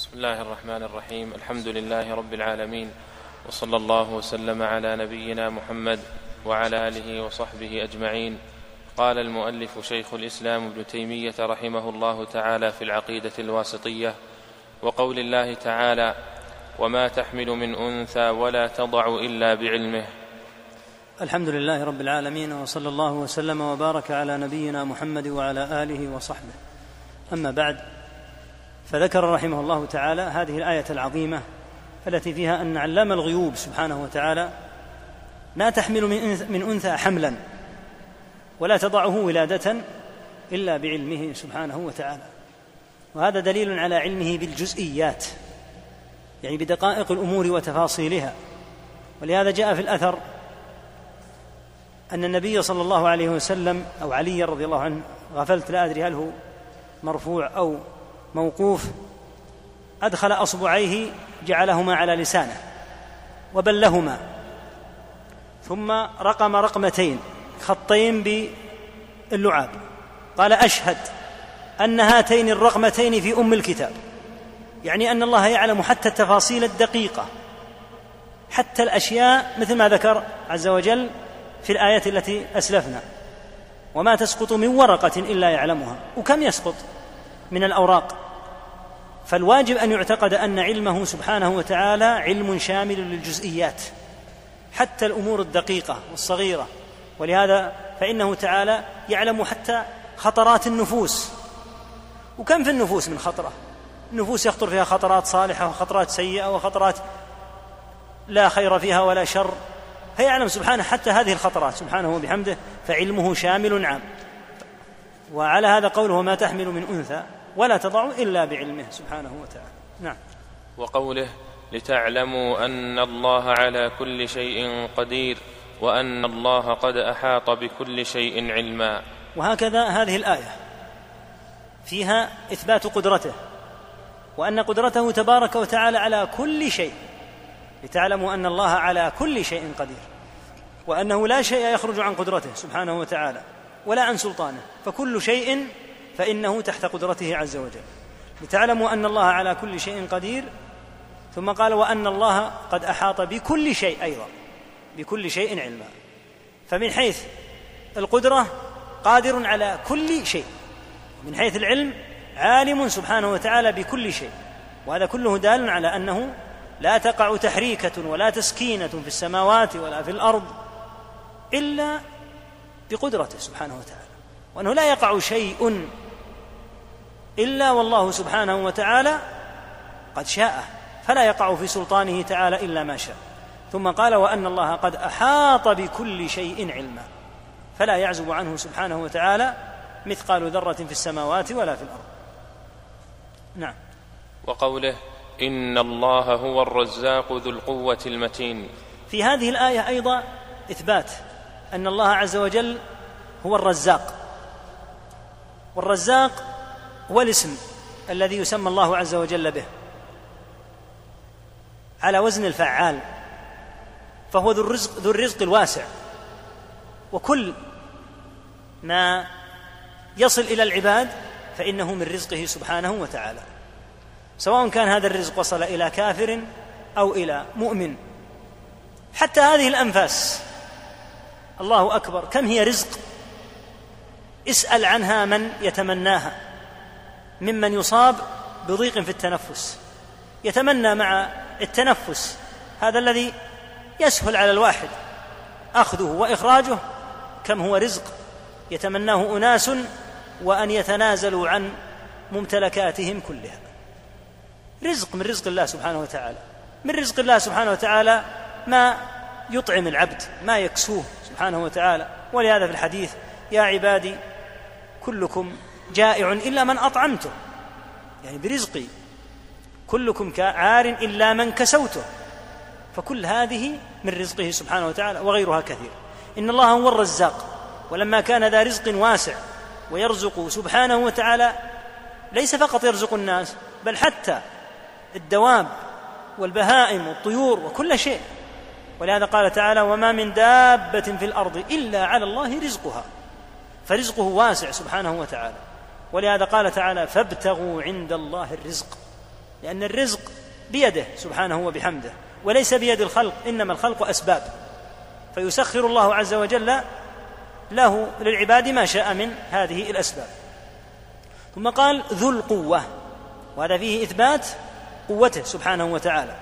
بسم الله الرحمن الرحيم. الحمد لله رب العالمين، وصلى الله وسلم على نبينا محمد وعلى آله وصحبه أجمعين. قال المؤلف شيخ الإسلام ابن تيمية رحمه الله تعالى في العقيدة الواسطية: وقول الله تعالى: وما تحمل من أنثى ولا تضع إلا بعلمه. الحمد لله رب العالمين، وصلى الله وسلم وبارك على نبينا محمد وعلى آله وصحبه. أما بعد، فذكر رحمه الله تعالى هذه الآية العظيمة التي فيها أن علام الغيوب سبحانه وتعالى لا تحمل من أنثى حملا ولا تضعه ولادة إلا بعلمه سبحانه وتعالى. وهذا دليل على علمه بالجزئيات، يعني بدقائق الأمور وتفاصيلها. ولهذا جاء في الأثر أن النبي صلى الله عليه وسلم أو علي رضي الله عنه، غفلت لا أدري هل هو مرفوع أو موقوف، أدخل أصبعيه جعلهما على لسانه وبلهما، ثم رقم رقمتين خطين باللعاب، قال: أشهد أن هاتين الرقمتين في أم الكتاب، يعني أن الله يعلم حتى التفاصيل الدقيقة، حتى الأشياء مثل ما ذكر عز وجل في الآية التي أسلفنا: وما تسقط من ورقة إلا يعلمها. وكم يسقط من الأوراق؟ فالواجب أن يعتقد أن علمه سبحانه وتعالى علم شامل للجزئيات، حتى الأمور الدقيقة والصغيرة. ولهذا فإنه تعالى يعلم حتى خطرات النفوس. وكم في النفوس من خطرة؟ النفوس يخطر فيها خطرات صالحة وخطرات سيئة وخطرات لا خير فيها ولا شر، فيعلم سبحانه حتى هذه الخطرات سبحانه وبحمده، فعلمه شامل عام. وعلى هذا قوله: وما تحمل من أنثى ولا تضع إلا بعلمه سبحانه وتعالى. نعم. وقوله: لتعلموا أن الله على كل شيء قدير وأن الله قد أحاط بكل شيء علما. وهكذا هذه الآية فيها إثبات قدرته، وأن قدرته تبارك وتعالى على كل شيء. لتعلموا أن الله على كل شيء قدير، وأنه لا شيء يخرج عن قدرته سبحانه وتعالى ولا عن سلطانه، فكل شيء فإنه تحت قدرته عز وجل. لتعلموا أن الله على كل شيء قدير، ثم قال: وأن الله قد أحاط بكل شيء، أيضا بكل شيء علما. فمن حيث القدرة قادر على كل شيء، من حيث العلم عالم سبحانه وتعالى بكل شيء. وهذا كله دال على أنه لا تقع تحريكة ولا تسكينة في السماوات ولا في الأرض إلا بقدرته سبحانه وتعالى، وأنه لا يقع شيء إلا والله سبحانه وتعالى قد شاء، فلا يقع في سلطانه تعالى إلا ما شاء. ثم قال: وأن الله قد أحاط بكل شيء علما، فلا يعزب عنه سبحانه وتعالى مثقال ذرة في السماوات ولا في الأرض. نعم. وقوله: إن الله هو الرزاق ذو القوة المتين. في هذه الآية أيضا إثبات أن الله عز وجل هو الرزاق. والرزاق هو الاسم الذي يسمى الله عز وجل به على وزن الفعال، فهو ذو الرزق الواسع، وكل ما يصل إلى العباد فإنه من رزقه سبحانه وتعالى، سواء كان هذا الرزق وصل إلى كافر أو إلى مؤمن. حتى هذه الأنفاس، الله أكبر، كم هي رزق! اسأل عنها من يتمناها، ممن يصاب بضيق في التنفس، يتمنى مع التنفس هذا الذي يسهل على الواحد أخذه وإخراجه، كم هو رزق يتمناه أناس وأن يتنازلوا عن ممتلكاتهم كلها. رزق من رزق الله سبحانه وتعالى. من رزق الله سبحانه وتعالى ما يطعم العبد، ما يكسوه سبحانه وتعالى. ولهذا في الحديث: يا عبادي كلكم جائع إلا من أطعمته، يعني برزقي، كلكم عار إلا من كسوته. فكل هذه من رزقه سبحانه وتعالى، وغيرها كثير. إن الله هو الرزاق، ولما كان ذا رزق واسع ويرزق سبحانه وتعالى، ليس فقط يرزق الناس، بل حتى الدواب والبهائم والطيور وكل شيء. ولهذا قال تعالى: وما من دابة في الأرض إلا على الله رزقها. فرزقه واسع سبحانه وتعالى. ولهذا قال تعالى: فابتغوا عند الله الرزق. لأن الرزق بيده سبحانه وبحمده وليس بيد الخلق، إنما الخلق أسباب، فيسخر الله عز وجل له للعباد ما شاء من هذه الأسباب. ثم قال ذو القوة، وهذا فيه إثبات قوته سبحانه وتعالى،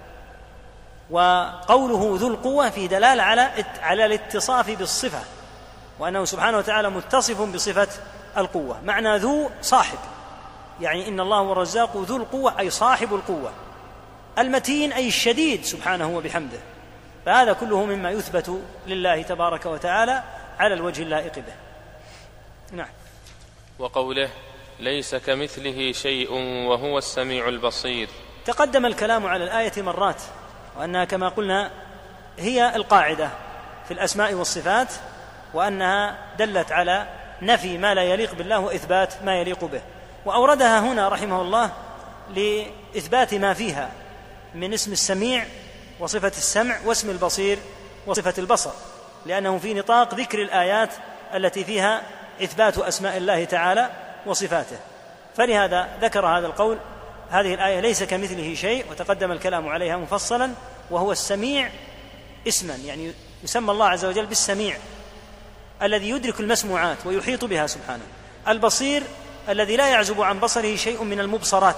وقوله ذو القوة فيه دلالة على الاتصاف بالصفة، وأنه سبحانه وتعالى متصف بصفة القوة. معنى ذو صاحب، يعني إن الله هو الرزاق ذو القوة أي صاحب القوة، المتين أي الشديد سبحانه وبحمده. فهذا كله مما يثبت لله تبارك وتعالى على الوجه اللائق به. نعم. وقوله ليس كمثله شيء وهو السميع البصير، تقدم الكلام على الآية مرات، وأنها كما قلنا هي القاعدة في الأسماء والصفات، وأنها دلت على نفي ما لا يليق بالله وإثبات ما يليق به، وأوردها هنا رحمه الله لإثبات ما فيها من اسم السميع وصفة السمع واسم البصير وصفة البصر، لأنه في نطاق ذكر الآيات التي فيها إثبات أسماء الله تعالى وصفاته، فلهذا ذكر هذا القول. هذه الآية ليس كمثله شيء، وتقدم الكلام عليها مفصلا، وهو السميع اسما، يعني يسمى الله عز وجل بالسميع الذي يدرك المسموعات ويحيط بها سبحانه، البصير الذي لا يعزب عن بصره شيء من المبصرات،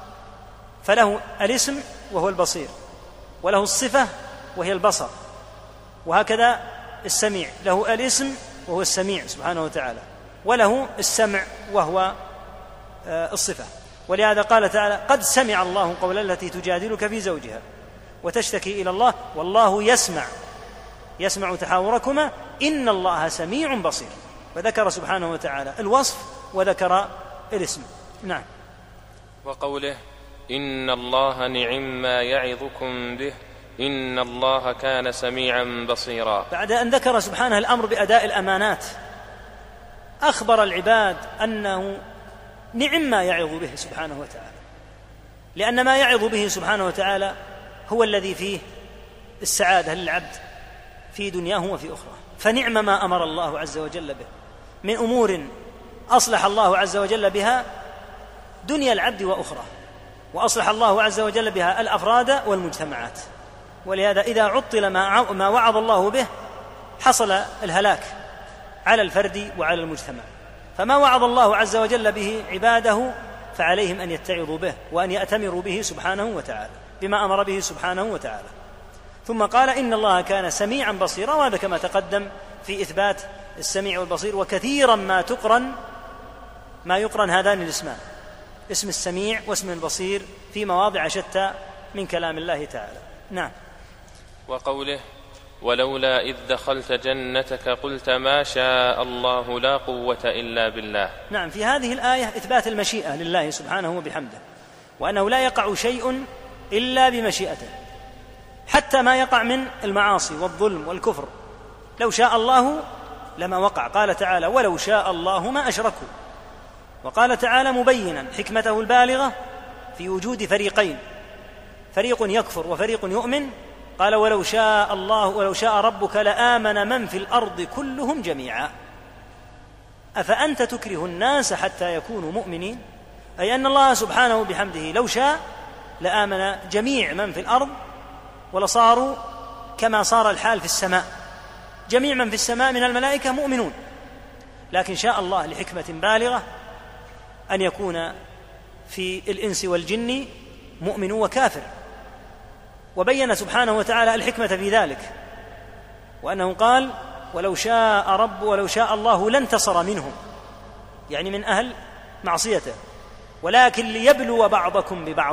فله الاسم وهو البصير، وله الصفة وهي البصر، وهكذا السميع له الاسم وهو السميع سبحانه وتعالى، وله السمع وهو الصفة. ولهذا قال تعالى قد سمع الله قول التي تجادلك في زوجها وتشتكي إلى الله والله يسمع تحاوركما إن الله سميع بصير، فذكر سبحانه وتعالى الوصف وذكر الاسم. نعم. وقوله إن الله نعم ما يعظكم به إن الله كان سميعا بصيرا، بعد أن ذكر سبحانه الأمر بأداء الأمانات أخبر العباد أنه نعم ما يعظ به سبحانه وتعالى، لأن ما يعظ به سبحانه وتعالى هو الذي فيه السعادة للعبد في دنياه وفي أخرى، فنعم ما أمر الله عز وجل به من أمور أصلح الله عز وجل بها دنيا العبد وأخرى، وأصلح الله عز وجل بها الأفراد والمجتمعات. ولهذا إذا عطل ما وعظ الله به حصل الهلاك على الفرد وعلى المجتمع، فما وعظ الله عز وجل به عباده فعليهم أن يتعظوا به وأن يأتمروا به سبحانه وتعالى بما أمر به سبحانه وتعالى. ثم قال إن الله كان سميعا بصيرا، وهذا كما تقدم في إثبات السميع والبصير. وكثيرا ما يقرن هذان الاسمان، اسم السميع واسم البصير، في مواضع شتى من كلام الله تعالى. نعم. وقوله ولولا إذ دخلت جنتك قلت ما شاء الله لا قوة إلا بالله. نعم، في هذه الآية إثبات المشيئة لله سبحانه وبحمده، وأنه لا يقع شيء إلا بمشيئته، حتى ما يقع من المعاصي والظلم والكفر، لو شاء الله لما وقع. قال تعالى ولو شاء الله ما أشركوا. وقال تعالى مبينا حكمته البالغة في وجود فريقين، فريق يكفر وفريق يؤمن، قال ولو شاء الله ولو شاء ربك لآمن من في الأرض كلهم جميعا أفأنت تكره الناس حتى يكونوا مؤمنين، أي أن الله سبحانه بحمده لو شاء لآمن جميع من في الأرض ولصاروا كما صار الحال في السماء، جميع من في السماء من الملائكة مؤمنون، لكن شاء الله لحكمة بالغة أن يكون في الإنس والجن مؤمن وكافر، وبين سبحانه وتعالى الحكمة في ذلك، وأنه قال ولو شاء الله لانتصر منهم، يعني من أهل معصيته، ولكن ليبلو بعضكم ببعض،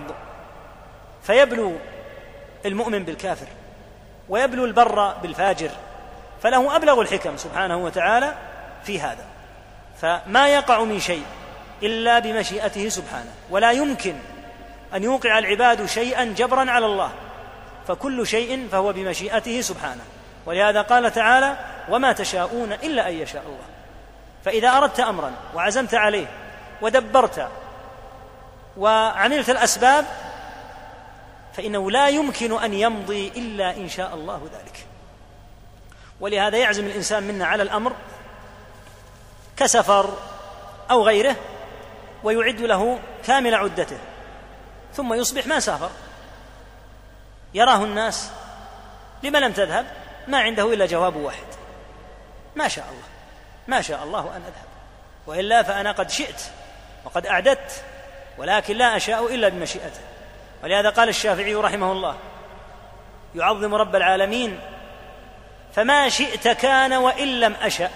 فيبلو المؤمن بالكافر ويبلو البر بالفاجر، فله أبلغ الحكم سبحانه وتعالى في هذا. فما يقع من شيء إلا بمشيئته سبحانه، ولا يمكن أن يوقع العباد شيئا جبرا على الله، فكل شيء فهو بمشيئته سبحانه. ولهذا قال تعالى وما تشاءون إلا أن يشاء الله. فإذا أردت أمرا وعزمت عليه ودبرت وعملت الأسباب فإنه لا يمكن أن يمضي إلا إن شاء الله ذلك. ولهذا يعزم الإنسان منا على الأمر كسفر أو غيره ويعد له كامل عدته، ثم يصبح ما سافر، يراه الناس: لما لم تذهب؟ ما عنده إلا جواب واحد: ما شاء الله، ما شاء الله أن أذهب، وإلا فأنا قد شئت وقد أعددت، ولكن لا أشاء إلا بمشيئته. ولهذا قال الشافعي رحمه الله يعظم رب العالمين: فما شئت كان وإن لم أشأ،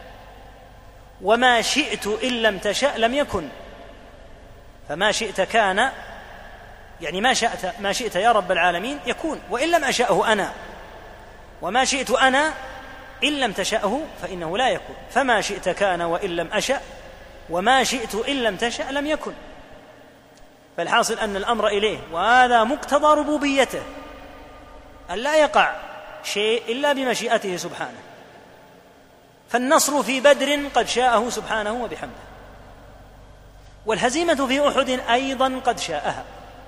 وما شئت إن لم تشأ لم يكن. فما شئت كان، يعني ما شئت يا رب العالمين يكون، وإن لم أشأه أنا، وما شئت أنا إن لم تشأه فإنه لا يكون. فما شئت كان وإن لم أشأ، وما شئت إن لم تشأ لم يكن. فالحاصل أن الأمر إليه، وهذا مقتضى ربوبيته، أن لا يقع شيء إلا بمشيئته سبحانه. فالنصر في بدر قد شاءه سبحانه وبحمده، والهزيمة في أحد أيضا قد شاءها،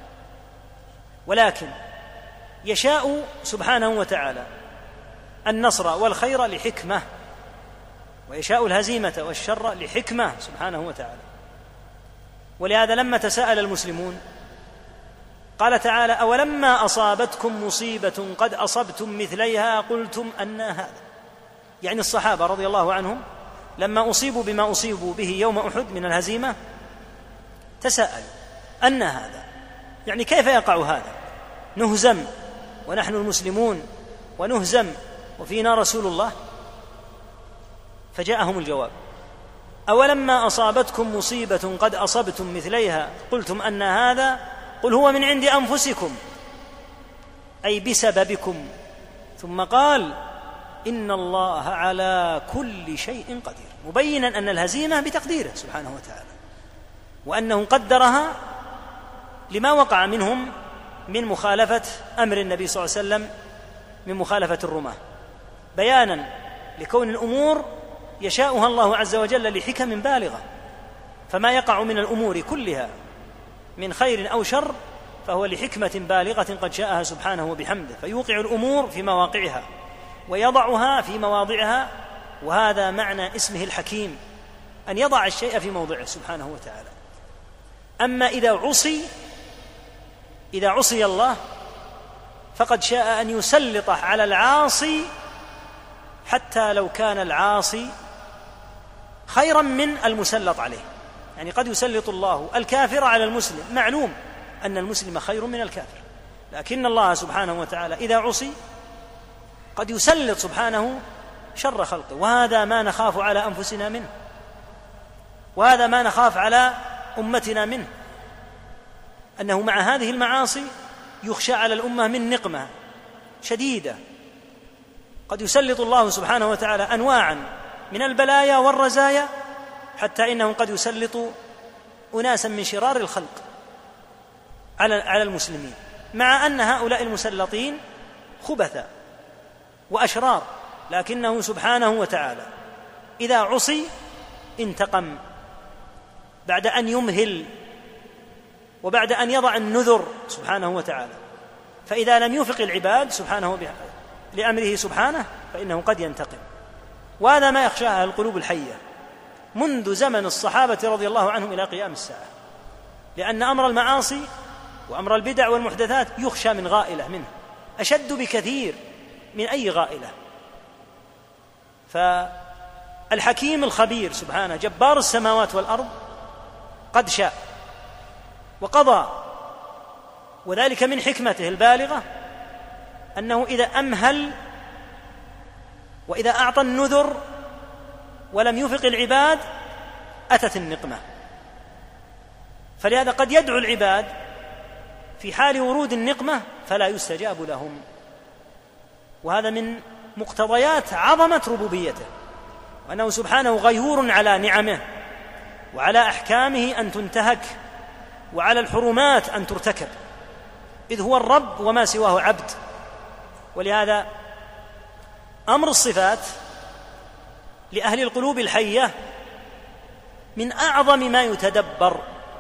ولكن يشاء سبحانه وتعالى النصر والخير لحكمة، ويشاء الهزيمة والشر لحكمة سبحانه وتعالى. ولهذا لما تساءل المسلمون قال تعالى: أولما أصابتكم مصيبة قد أصبتم مثليها قلتم أنى هذا. يعني الصحابة رضي الله عنهم لما أصيبوا بما أصيبوا به يوم أحد من الهزيمة تساءلوا: أنى هذا، يعني كيف يقع هذا؟ نهزم ونحن المسلمون، ونهزم وفينا رسول الله. فجاءهم الجواب: أولما أصابتكم مصيبة قد أصبتم مثليها قلتم أن هذا قل هو من عند أنفسكم، أي بسببكم. ثم قال: إن الله على كل شيء قدير، مبينا أن الهزيمة بتقديره سبحانه وتعالى، وأنه قدرها لما وقع منهم من مخالفة أمر النبي صلى الله عليه وسلم، من مخالفة الرماة، بيانا لكون الأمور يشاءها الله عز وجل لحكم بالغة. فما يقع من الأمور كلها من خير أو شر فهو لحكمة بالغة قد شاءها سبحانه وبحمده، فيوقع الأمور في مواقعها ويضعها في مواضعها. وهذا معنى اسمه الحكيم، أن يضع الشيء في موضعه سبحانه وتعالى. أما إذا عصي الله فقد شاء أن يسلطه على العاصي، حتى لو كان العاصي خيرا من المسلط عليه. يعني قد يسلط الله الكافر على المسلم، معلوم أن المسلم خير من الكافر، لكن الله سبحانه وتعالى إذا عصي قد يسلط سبحانه شر خلقه. وهذا ما نخاف على أنفسنا منه، وهذا ما نخاف على أمتنا منه، أنه مع هذه المعاصي يخشى على الأمة من نقمة شديدة. قد يسلط الله سبحانه وتعالى أنواعا من البلايا والرزايا، حتى إنه قد يسلط أناسا من شرار الخلق على المسلمين، مع أن هؤلاء المسلطين خبثا وأشرار، لكنه سبحانه وتعالى إذا عصي انتقم بعد أن يمهل وبعد أن يضع النذر سبحانه وتعالى. فإذا لم يوفق العباد سبحانه لأمره سبحانه فإنه قد ينتقم. وهذا ما يخشاها القلوب الحية منذ زمن الصحابة رضي الله عنهم إلى قيام الساعة، لأن أمر المعاصي وأمر البدع والمحدثات يخشى من غائلة منه أشد بكثير من أي غائلة. فالحكيم الخبير سبحانه جبار السماوات والأرض قد شاء وقضى، وذلك من حكمته البالغة أنه إذا أمهل وإذا أعطى النذر ولم يفق العباد أتت النقمة. فلهذا قد يدعو العباد في حال ورود النقمة فلا يستجاب لهم، وهذا من مقتضيات عظمة ربوبيته، وأنه سبحانه غيور على نعمه وعلى أحكامه أن تنتهك وعلى الحرمات أن ترتكب، إذ هو الرب وما سواه عبد. ولهذا أمر الصفات لأهل القلوب الحية من أعظم ما يتدبر،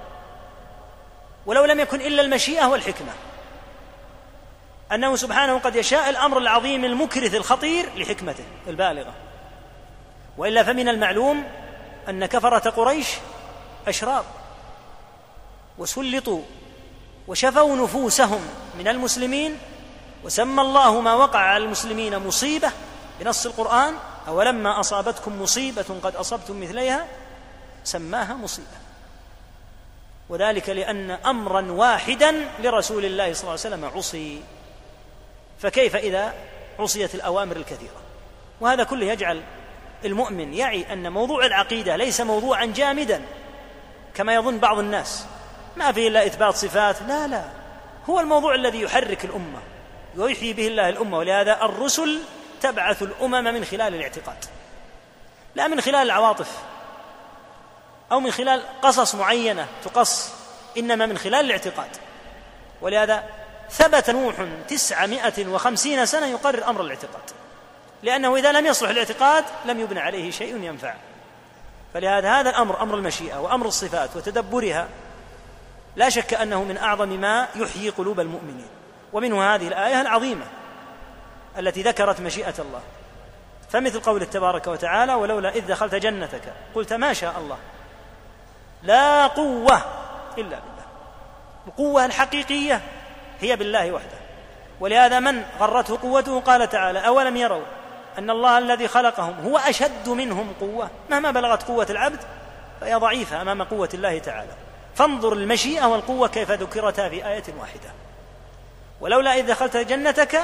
ولو لم يكن إلا المشيئة والحكمة، أنه سبحانه قد يشاء الأمر العظيم المكرث الخطير لحكمته البالغة. وإلا فمن المعلوم أن كفرة قريش أشرار وسلطوا وشفوا نفوسهم من المسلمين، وسمى الله ما وقع على المسلمين مصيبة بنص القرآن: أولما أصابتكم مصيبة قد أصبتم مثليها سماها مصيبة، وذلك لأن أمرا واحدا لرسول الله صلى الله عليه وسلم عصي، فكيف إذا عصيت الأوامر الكثيرة؟ وهذا كله يجعل المؤمن يعي أن موضوع العقيدة ليس موضوعا جامدا كما يظن بعض الناس، ما فيه إلا إثبات صفات. لا لا، هو الموضوع الذي يحرك الأمة ويحيي به الله الأمة. ولهذا الرسل تبعث الأمم من خلال الاعتقاد، لا من خلال العواطف أو من خلال قصص معينة تقص، إنما من خلال الاعتقاد. ولهذا ثبت نوح 950 سنة يقرر أمر الاعتقاد، لأنه إذا لم يصلح الاعتقاد لم يبنى عليه شيء ينفع. فلهذا هذا الأمر، أمر المشيئة وأمر الصفات وتدبرها، لا شك أنه من أعظم ما يحيي قلوب المؤمنين. ومنه هذه الآية العظيمة التي ذكرت مشيئة الله، فمثل قوله تبارك وتعالى: ولولا إذ دخلت جنتك قلت ما شاء الله لا قوة إلا بالله. القوة الحقيقية هي بالله وحده. ولهذا من غرته قوته قال تعالى: أولم يروا أن الله الذي خلقهم هو أشد منهم قوة. مهما بلغت قوة العبد فهي ضعيفة أمام قوة الله تعالى. فانظر المشيئة والقوة كيف ذكرتا في آية واحدة. ولولا إذ دخلت جنتك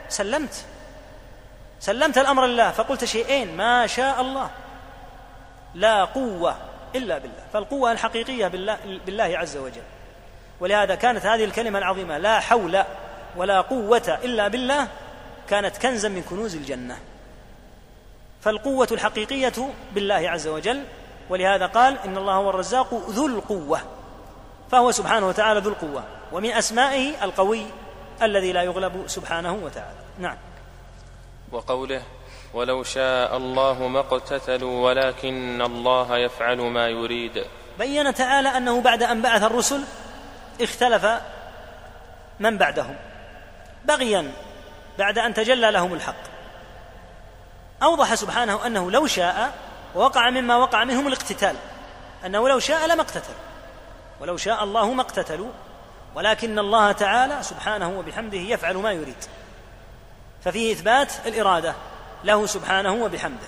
سلمت الأمر لله، فقلت شيئين: ما شاء الله لا قوة إلا بالله. فالقوة الحقيقية بالله عز وجل. ولهذا كانت هذه الكلمة العظيمة لا حول ولا قوة إلا بالله كانت كنزا من كنوز الجنة. فالقوة الحقيقية بالله عز وجل. ولهذا قال: إن الله هو الرزاق ذو القوة، فهو سبحانه وتعالى ذو القوة، ومن أسمائه القوي الذي لا يغلب سبحانه وتعالى. نعم. وقوله: ولو شاء الله ما اقتتلوا ولكن الله يفعل ما يريد. بين تعالى أنه بعد أن بعث الرسل اختلف من بعدهم بغيا بعد أن تجلى لهم الحق. أوضح سبحانه أنه لو شاء، ووقع مما وقع منهم الاقتتال، أنه لو شاء لما اقتتل، ولو شاء الله ما اقتتلوا، ولكن الله تعالى سبحانه وبحمده يفعل ما يريد. ففيه إثبات الإرادة له سبحانه وبحمده.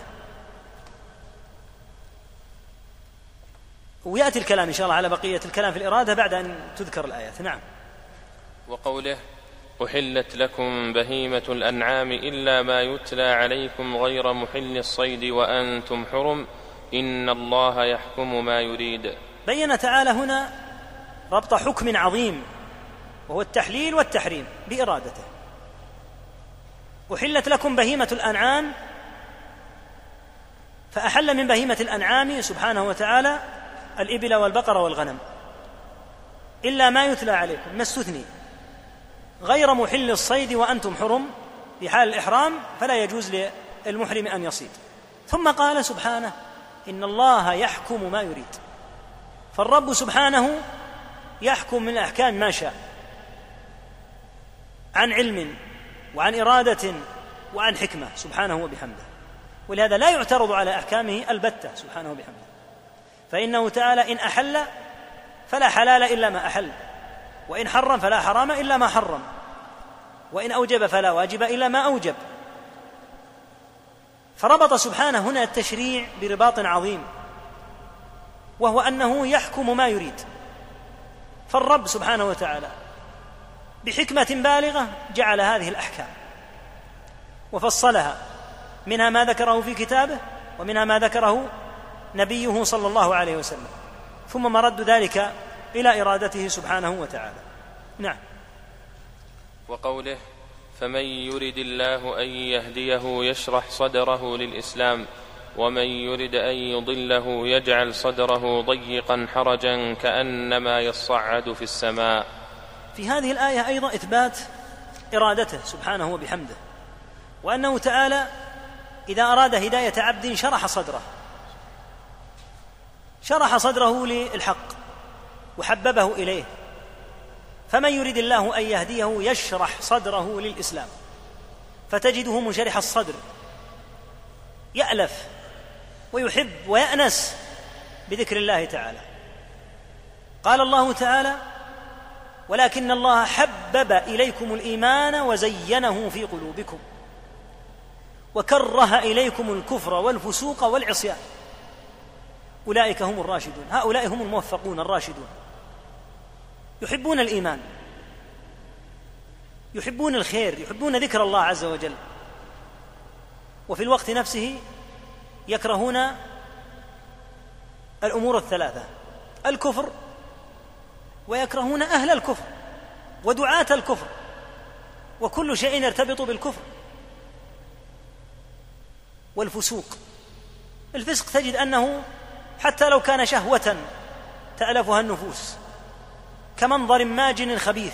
ويأتي الكلام إن شاء الله على بقية الكلام في الإرادة بعد أن تذكر الآيات. نعم. وقوله: أحلت لكم بهيمة الأنعام إلا ما يتلى عليكم غير محل الصيد وأنتم حرم إن الله يحكم ما يريد. بين تعالى هنا ربط حكم عظيم وهو التحليل والتحريم بإرادته. أحلت لكم بهيمة الأنعام، فأحل من بهيمة الأنعام سبحانه وتعالى الإبل والبقر والغنم، إلا ما يتلى عليكم، ما استثني، غير محل الصيد وأنتم حرم، في حال الإحرام فلا يجوز للمحرم أن يصيد. ثم قال سبحانه: إن الله يحكم ما يريد. فالرب سبحانه يحكم من الأحكام ما شاء، عن علم وعن إرادة وعن حكمة سبحانه وبحمده. ولهذا لا يعترض على أحكامه البتة سبحانه وبحمده. فإنه تعالى إن أحل فلا حلال إلا ما أحل، وإن حرم فلا حرام إلا ما حرم، وإن أوجب فلا واجب إلا ما أوجب. فربط سبحانه هنا التشريع برباط عظيم، وهو أنه يحكم ما يريد. فالرب سبحانه وتعالى بحكمة بالغة جعل هذه الأحكام وفصلها، منها ما ذكره في كتابه، ومنها ما ذكره نبيه صلى الله عليه وسلم، ثم مرد ذلك إلى إرادته سبحانه وتعالى. نعم. وقوله: فمن يرد الله أن يهديه يشرح صدره للإسلام ومن يرد أن يضله يجعل صدره ضيقا حرجا كأنما يصعد في السماء. في هذه الآية أيضا إثبات إرادته سبحانه وبحمده، وأنه تعالى إذا أراد هداية عبد شرح صدره للحق وحببه إليه. فمن يريد الله أن يهديه يشرح صدره للإسلام، فتجده منشرح الصدر، يألف ويحب ويأنس بذكر الله تعالى. قال الله تعالى: ولكن الله حبب إليكم الإيمان وزينه في قلوبكم وكره إليكم الكفر والفسوق والعصيان أولئك هم الراشدون. هؤلاء هم الموفقون الراشدون، يحبون الإيمان، يحبون الخير، يحبون ذكر الله عز وجل، وفي الوقت نفسه يكرهون الأمور الثلاثة: الكفر، ويكرهون أهل الكفر ودعاة الكفر وكل شيء يرتبط بالكفر، والفسوق. الفسق تجد أنه حتى لو كان شهوة تألفها النفوس كمنظر ماجن خبيث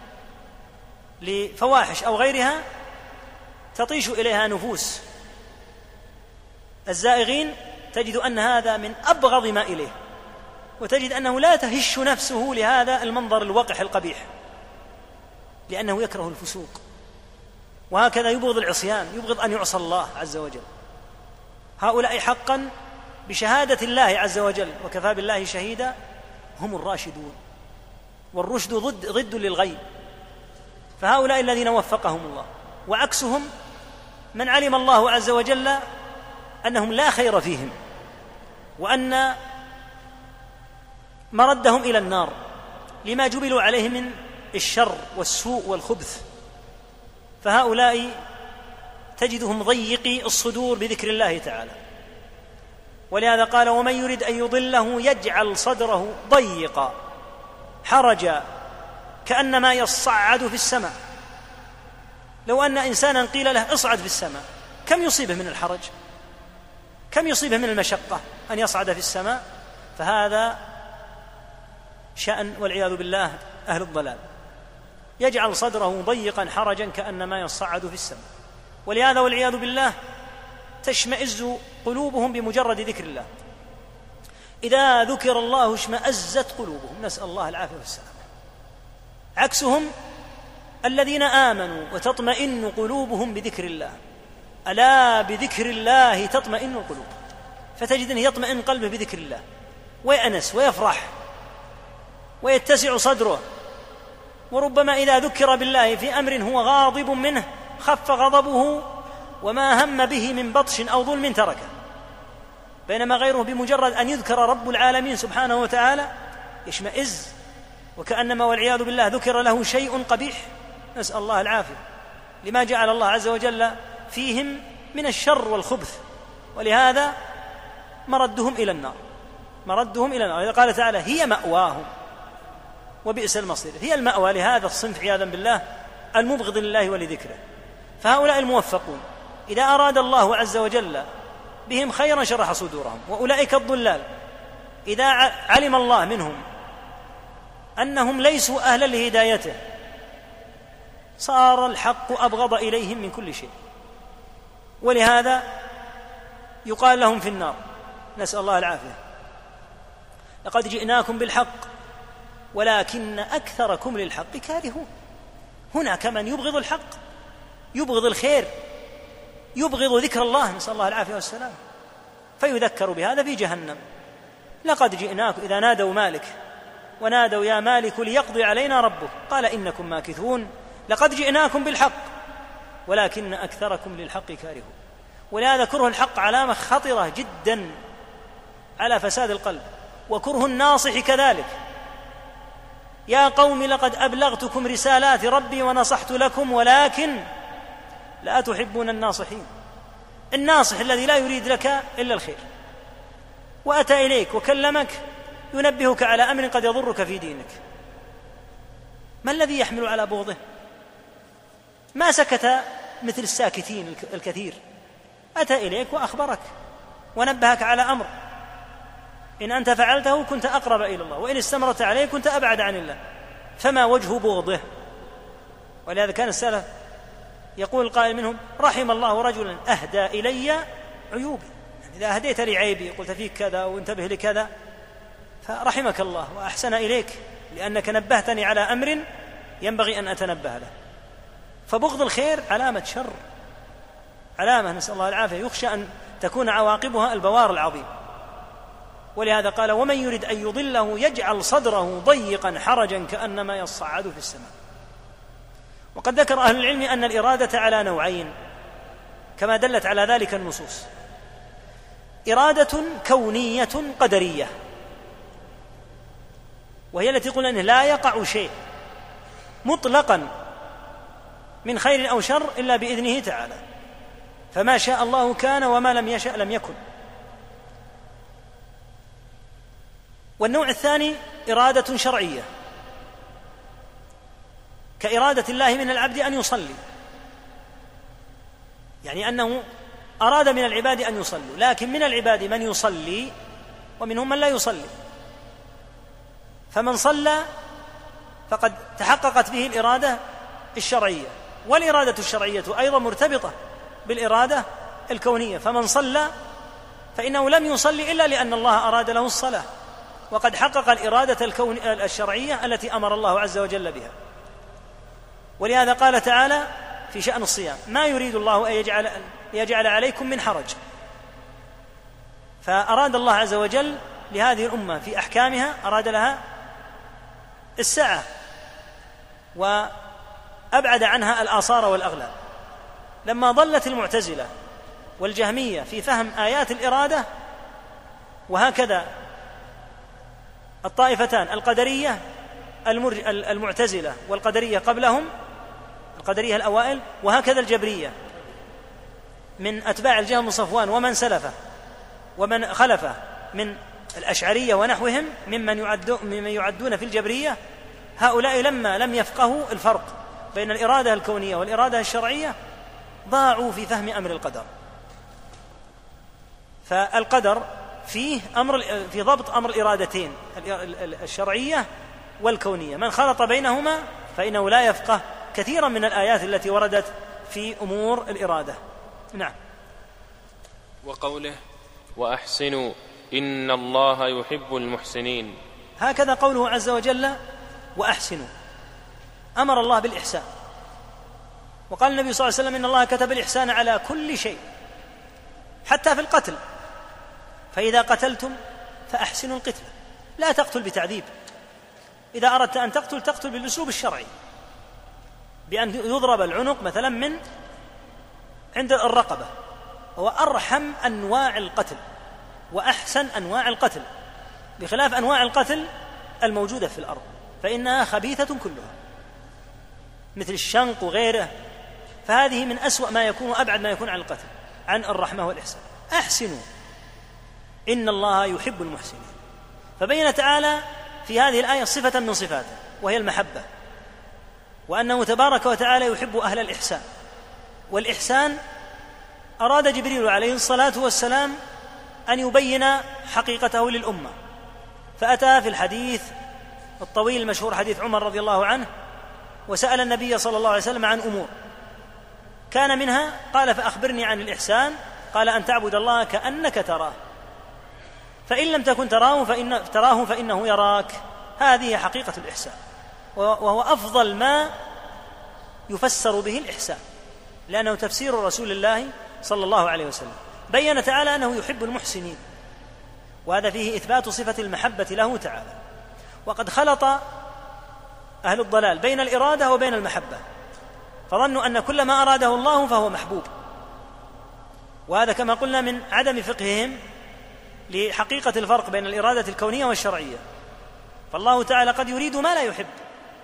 لفواحش أو غيرها تطيش إليها نفوس الزائغين، تجد أن هذا من أبغض ما إليه، وتجد أنه لا تهش نفسه لهذا المنظر الوقح القبيح لأنه يكره الفسوق. وهكذا يبغض العصيان، يبغض أن يعصى الله عز وجل. هؤلاء حقا بشهادة الله عز وجل وكفى بالله شهيدا هم الراشدون، والرشد ضد للغي. فهؤلاء الذين وفقهم الله، وعكسهم من علم الله عز وجل أنهم لا خير فيهم وأن مردهم إلى النار لما جبلوا عليه من الشر والسوء والخبث. فهؤلاء تجدهم ضيقي الصدور بذكر الله تعالى، ولهذا قال: ومن يرد أن يضله يجعل صدره ضيقا حرجا كأنما يصعد في السماء. لو أن إنسانا قيل له اصعد في السماء كم يصيبه من الحرج، كم يصيبه من المشقة أن يصعد في السماء. فهذا شأن والعياذ بالله أهل الضلال، يجعل صدره ضيقا حرجا كأنما يصعد في السماء. ولهذا والعياذ بالله تشمئز قلوبهم بمجرد ذكر الله. إذا ذكر الله اشمأزت قلوبهم، نسأل الله العافية والسلامة. عكسهم الذين آمنوا وتطمئن قلوبهم بذكر الله. ألا بذكر الله تطمئن القلوب. فتجد أنه يطمئن قلبه بذكر الله ويأنس ويفرح ويتسع صدره، وربما إذا ذكر بالله في أمر هو غاضب منه خف غضبه وما هم به من بطش أو ظلم تركه، بينما غيره بمجرد أن يذكر رب العالمين سبحانه وتعالى يشمئز وكأنما والعياذ بالله ذكر له شيء قبيح، نسأل الله العافية، لما جعل الله عز وجل فيهم من الشر والخبث. ولهذا مردهم إلى النار، مردهم إلى النار. إذا قال تعالى: هي مأواهم وبئس المصير، هي المأوى لهذا الصنف عياذا بالله المبغض لله ولذكره. فهؤلاء الموفقون إذا أراد الله عز وجل بهم خيرا شرح صدورهم، وأولئك الضلال إذا علم الله منهم أنهم ليسوا أهلا لهدايته صار الحق أبغض إليهم من كل شيء، ولهذا يقال لهم في النار، نسأل الله العافية: لقد جئناكم بالحق ولكن أكثركم للحق كارهون. هناك من يبغض الحق، يبغض الخير، يبغض ذكر الله، نسأل الله العافية والسلام، فيذكر بهذا في جهنم. لقد جئناكم، إذا نادوا مالك ونادوا يا مالك ليقضي علينا ربك قال إنكم ماكثون، لقد جئناكم بالحق ولكن أكثركم للحق كارهون. ولهذا كره الحق علامة خطرة جدا على فساد القلب، وكره الناصح كذلك. يا قوم لقد أبلغتكم رسالات ربي ونصحت لكم ولكن لا تحبون الناصحين. الناصح الذي لا يريد لك إلا الخير وأتى إليك وكلمك ينبهك على أمر قد يضرك في دينك، ما الذي يحمل على بغضه؟ ما سكت مثل الساكتين الكثير، أتى إليك وأخبرك ونبهك على أمر، إن أنت فعلته كنت أقرب إلى الله، وإن استمرت عليه كنت أبعد عن الله، فما وجه بغضه؟ ولهذا كان السلف يقول القائل منهم: رحم الله رجلا أهدى إلي عيوبي، يعني إذا أهديت لي عيبي قلت فيك كذا وانتبه لكذا فرحمك الله وأحسن إليك لأنك نبهتني على أمر ينبغي أن أتنبه له. فبغض الخير علامة شر، علامة نسأل الله العافية يخشى أن تكون عواقبها البوار العظيم. ولهذا قال ومن يرد أن يضله يجعل صدره ضيقا حرجا كأنما يصعد في السماء. وقد ذكر أهل العلم أن الإرادة على نوعين كما دلت على ذلك النصوص: إرادة كونية قدرية، وهي التي قلنا أنه لا يقع شيء مطلقا من خير أو شر إلا بإذنه تعالى، فما شاء الله كان وما لم يشأ لم يكن. والنوع الثاني إرادة شرعية، كإرادة الله من العبد أن يصلي، يعني أنه أراد من العباد أن يصلوا، لكن من العباد من يصلي ومنهم من لا يصلي، فمن صلى فقد تحققت به الإرادة الشرعية، والإرادة الشرعية أيضا مرتبطة بالإرادة الكونية، فمن صلى فإنه لم يصلي إلا لأن الله أراد له الصلاة، وقد حقق الإرادة الشرعية التي أمر الله عز وجل بها. ولهذا قال تعالى في شأن الصيام: ما يريد الله أن يجعل عليكم من حرج. فأراد الله عز وجل لهذه الأمة في أحكامها، أراد لها السعة وأبعد عنها الآثار والأغلال. لما ضلت المعتزلة والجهمية في فهم آيات الإرادة، وهكذا الطائفتان القدرية المعتزلة والقدرية قبلهم، القدرية الأوائل، وهكذا الجبرية من أتباع الجهم بن صفوان ومن سلفه ومن خلفه من الأشعرية ونحوهم ممن يعدون في الجبرية، هؤلاء لما لم يفقهوا الفرق بين الإرادة الكونية والإرادة الشرعية ضاعوا في فهم أمر القدر. فالقدر فيه في ضبط أمر الإرادتين الشرعية والكونية، من خلط بينهما فإنه لا يفقه كثيرا من الآيات التي وردت في أمور الإرادة. نعم. وقوله: وأحسنوا إن الله يحب المحسنين، هكذا قوله عز وجل: وأحسنوا، أمر الله بالإحسان. وقال النبي صلى الله عليه وسلم: إن الله كتب الإحسان على كل شيء حتى في القتل، فإذا قتلتم فأحسنوا القتل، لا تقتل بتعذيب. إذا أردت أن تقتل بالأسلوب الشرعي، بأن يضرب العنق مثلا من عند الرقبة، هو أرحم أنواع القتل وأحسن أنواع القتل، بخلاف أنواع القتل الموجودة في الأرض فإنها خبيثة كلها، مثل الشنق وغيره، فهذه من أسوأ ما يكون وأبعد ما يكون عن القتل، عن الرحمة والإحسان. أحسنوا إن الله يحب المحسنين. فبين تعالى في هذه الآية صفة من صفاته وهي المحبة، وأنه تبارك وتعالى يحب أهل الإحسان. والإحسان أراد جبريل عليه الصلاة والسلام أن يبين حقيقته للأمة، فأتى في الحديث الطويل المشهور حديث عمر رضي الله عنه وسأل النبي صلى الله عليه وسلم عن أمور، كان منها قال: فأخبرني عن الإحسان. قال: أن تعبد الله كأنك تراه، فإن لم تكن تراه فإنه يراك. هذه حقيقة الإحسان، وهو أفضل ما يفسر به الإحسان، لأنه تفسير رسول الله صلى الله عليه وسلم. بين تعالى أنه يحب المحسنين، وهذا فيه إثبات صفة المحبة له تعالى. وقد خلط أهل الضلال بين الإرادة وبين المحبة، فظنوا أن كل ما أراده الله فهو محبوب، وهذا كما قلنا من عدم فقههم لحقيقة الفرق بين الإرادة الكونية والشرعية. فالله تعالى قد يريد ما لا يحب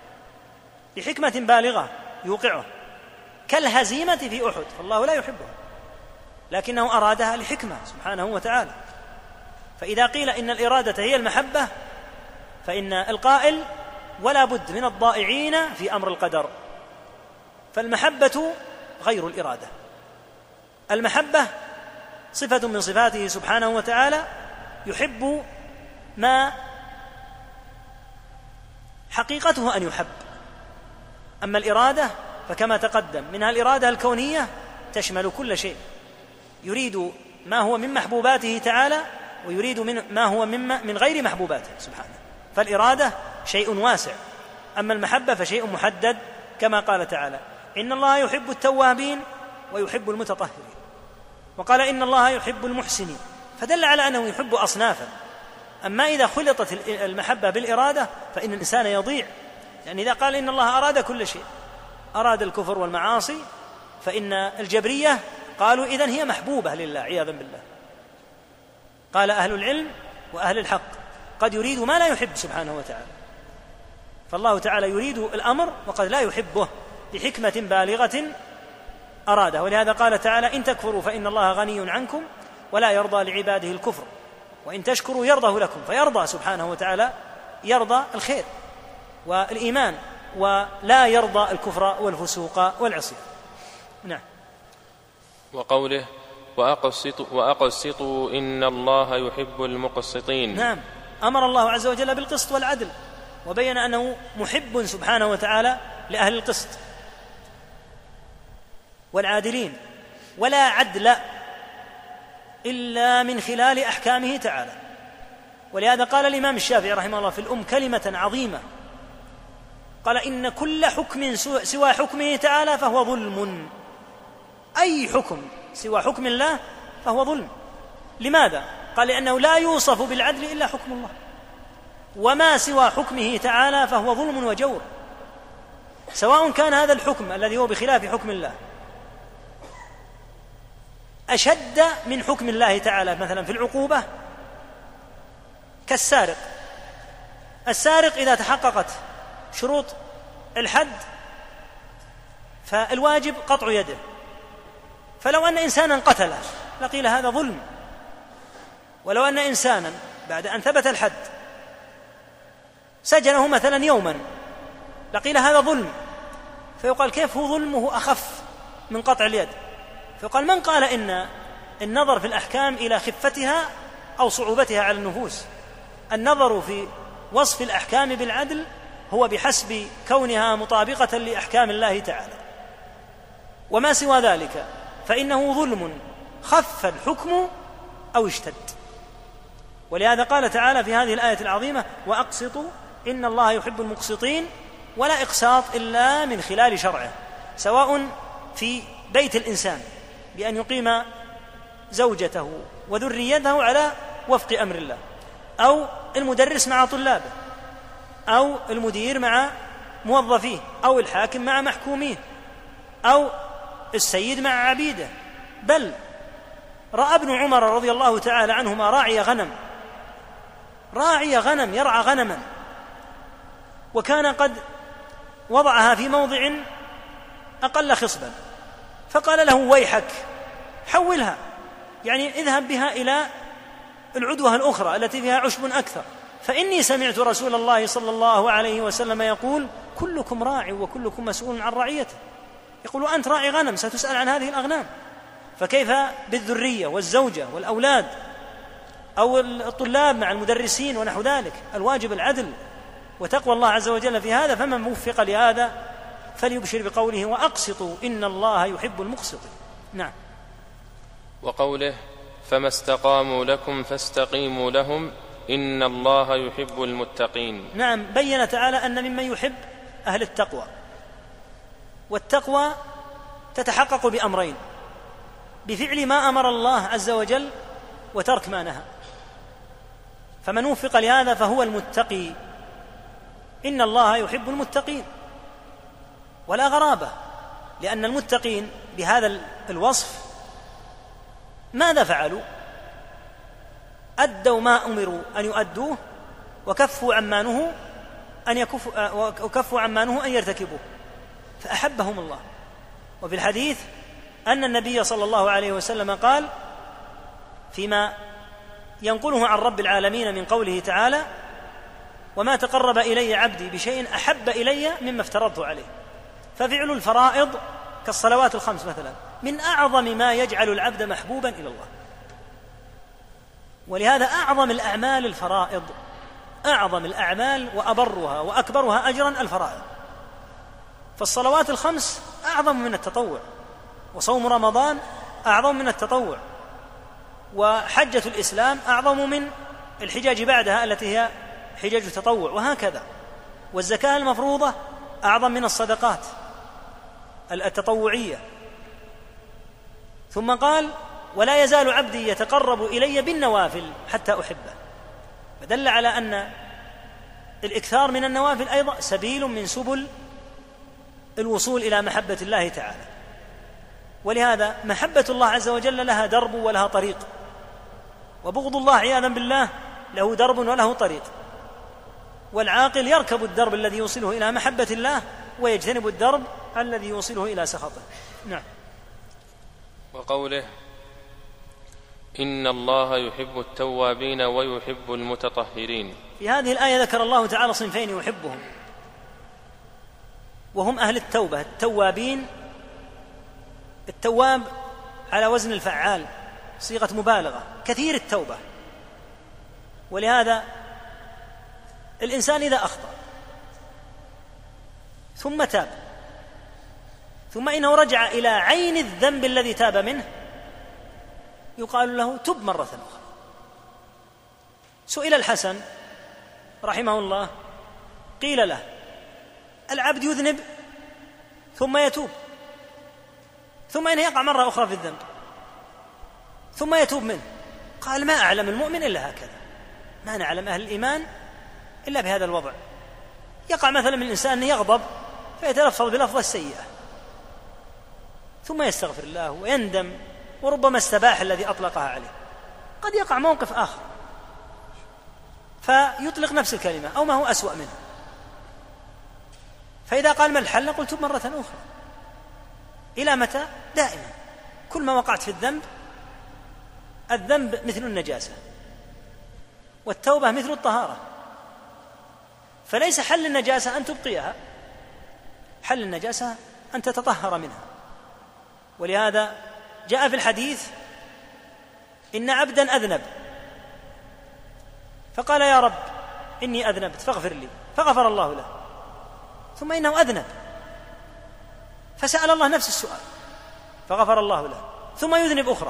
لحكمة بالغة يوقعه، كالهزيمة في أحد، فالله لا يحبها لكنه أرادها لحكمة سبحانه وتعالى. فإذا قيل إن الإرادة هي المحبة فإن القائل ولا بد من الضائعين في أمر القدر، فالمحبة غير الإرادة. المحبة صفة من صفاته سبحانه وتعالى، يحب ما حقيقته أن يحب. أما الإرادة فكما تقدم منها الإرادة الكونية تشمل كل شيء، يريد ما هو من محبوباته تعالى ويريد ما هو من غير محبوباته سبحانه. فالإرادة شيء واسع، أما المحبة فشيء محدد، كما قال تعالى: إن الله يحب التوابين ويحب المتطهرين. وقال: إن الله يحب المحسنين، فدل على أنه يحب أصنافا، أما إذا خلطت المحبة بالإرادة فإن الإنسان يضيع، يعني إذا قال إن الله أراد كل شيء، أراد الكفر والمعاصي، فإن الجبرية قالوا إذن هي محبوبة لله عياذا بالله. قال أهل العلم وأهل الحق قد يريد ما لا يحب سبحانه وتعالى، فالله تعالى يريد الأمر وقد لا يحبه لحكمة بالغة أراده. ولهذا قال تعالى إن تكفروا فإن الله غني عنكم ولا يرضى لعباده الكفر وإن تشكروا يرضه لكم، فيرضى سبحانه وتعالى، يرضى الخير والإيمان ولا يرضى الكفر والفسوق والعصيان. نعم. وقوله وأقسطوا إن الله يحب المقسطين. نعم، أمر الله عز وجل بالقسط والعدل، وبين أنه محب سبحانه وتعالى لأهل القسط والعادلين، ولا عدل إلا من خلال أحكامه تعالى. ولهذا قال الإمام الشافعي رحمه الله في الأم كلمة عظيمة، قال إن كل حكم سوى حكمه تعالى فهو ظلم. أي حكم سوى حكم الله فهو ظلم. لماذا؟ قال لأنه لا يوصف بالعدل إلا حكم الله، وما سوى حكمه تعالى فهو ظلم وجور، سواء كان هذا الحكم الذي هو بخلاف حكم الله أشد من حكم الله تعالى مثلا في العقوبة كالسارق. السارق إذا تحققت شروط الحد فالواجب قطع يده، فلو أن إنسانا قتله لقيل هذا ظلم، ولو أن إنسانا بعد أن ثبت الحد سجنه مثلا يوما لقيل هذا ظلم، فيقال كيف هو ظلمه أخف من قطع اليد؟ فيقال من قال إن النظر في الأحكام إلى خفتها أو صعوبتها على النفوس؟ النظر في وصف الأحكام بالعدل هو بحسب كونها مطابقة لأحكام الله تعالى، وما سوى ذلك فإنه ظلم خف الحكم أو اشتد. ولهذا قال تعالى في هذه الآية العظيمة وأقسطوا إن الله يحب المقسطين، ولا إقساط إلا من خلال شرعه، سواء في بيت الإنسان بأن يقيم زوجته وذريته على وفق أمر الله، أو المدرس مع طلابه، أو المدير مع موظفيه، أو الحاكم مع محكوميه، أو السيد مع عبيده. بل رأى ابن عمر رضي الله تعالى عنهما راعي غنم يرعى غنما، وكان قد وضعها في موضع أقل خصبا، فقال له ويحك حولها، يعني اذهب بها إلى العدوة الأخرى التي فيها عشب أكثر، فإني سمعت رسول الله صلى الله عليه وسلم يقول كلكم راع وكلكم مسؤول عن رعيته. يقول أنت راعي غنم ستسأل عن هذه الأغنام، فكيف بالذرية والزوجة والأولاد أو الطلاب مع المدرسين ونحو ذلك؟ الواجب العدل وتقوى الله عز وجل في هذا، فمن وفق لهذا فليبشر بقوله وأقسطوا إن الله يحب المقسطين. نعم. وقوله فما استقاموا لكم فاستقيموا لهم إن الله يحب المتقين. نعم، بين تعالى أن ممن يحب أهل التقوى، والتقوى تتحقق بأمرين: بفعل ما أمر الله عز وجل وترك ما نهى. فمن وفق لهذا فهو المتقي. إن الله يحب المتقين، ولا غرابة، لأن المتقين بهذا الوصف ماذا فعلوا؟ أدوا ما أمروا أن يؤدوه، وكفوا عما نهوا أن يرتكبوه، فأحبهم الله. وفي الحديث أن النبي صلى الله عليه وسلم قال فيما ينقله عن رب العالمين من قوله تعالى وما تقرب إلي عبدي بشيء أحب إلي مما افترضت عليه. ففعل الفرائض كالصلوات الخمس مثلا من أعظم ما يجعل العبد محبوبا إلى الله، ولهذا أعظم الأعمال الفرائض، أعظم الأعمال وأبرها وأكبرها أجرا الفرائض. فالصلوات الخمس أعظم من التطوع، وصوم رمضان أعظم من التطوع، وحجة الإسلام أعظم من الحجاج بعدها التي هي حجاج التطوع، وهكذا. والزكاة المفروضة أعظم من الصدقات التطوعية. ثم قال ولا يزال عبدي يتقرب إلي بالنوافل حتى أحبه. فدل على أن الإكثار من النوافل أيضا سبيل من سبل الوصول إلى محبة الله تعالى. ولهذا محبة الله عز وجل لها درب ولها طريق، وبغض الله عياذا بالله له درب وله طريق. والعاقل يركب الدرب الذي يوصله إلى محبة الله ويجتنب الدرب الذي يوصله إلى سخطه. نعم. وقوله إن الله يحب التوابين ويحب المتطهرين. في هذه الآية ذكر الله تعالى صنفين يحبهم، وهم أهل التوبة التوابين. التواب على وزن الفعال، صيغة مبالغة، كثير التوبة. ولهذا الإنسان إذا أخطأ ثم تاب ثم إنه رجع إلى عين الذنب الذي تاب منه يقال له تب مرة أخرى. سئل الحسن رحمه الله قيل له العبد يذنب ثم يتوب ثم إنه يقع مرة أخرى في الذنب ثم يتوب منه. قال ما أعلم المؤمن إلا هكذا، ما نعلم أهل الإيمان إلا بهذا الوضع. يقع مثلا من الإنسان أن يغضب فيتلفظ بلفظة سيئة ثم يستغفر الله ويندم وربما استباح الذي أطلقها عليه. قد يقع موقف آخر فيطلق نفس الكلمة أو ما هو أسوأ منه، فإذا قال ما الحل قلت مرة أخرى. إلى متى؟ دائما. كل ما وقعت في الذنب مثل النجاسة والتوبة مثل الطهارة، فليس حل النجاسة أن تبقيها، حل النجاسة أن تتطهر منها. ولهذا جاء في الحديث إن عبدا أذنب فقال يا رب إني أذنبت فاغفر لي، فغفر الله له، ثم إنه أذنب فسأل الله نفس السؤال فغفر الله له، ثم يذنب أخرى،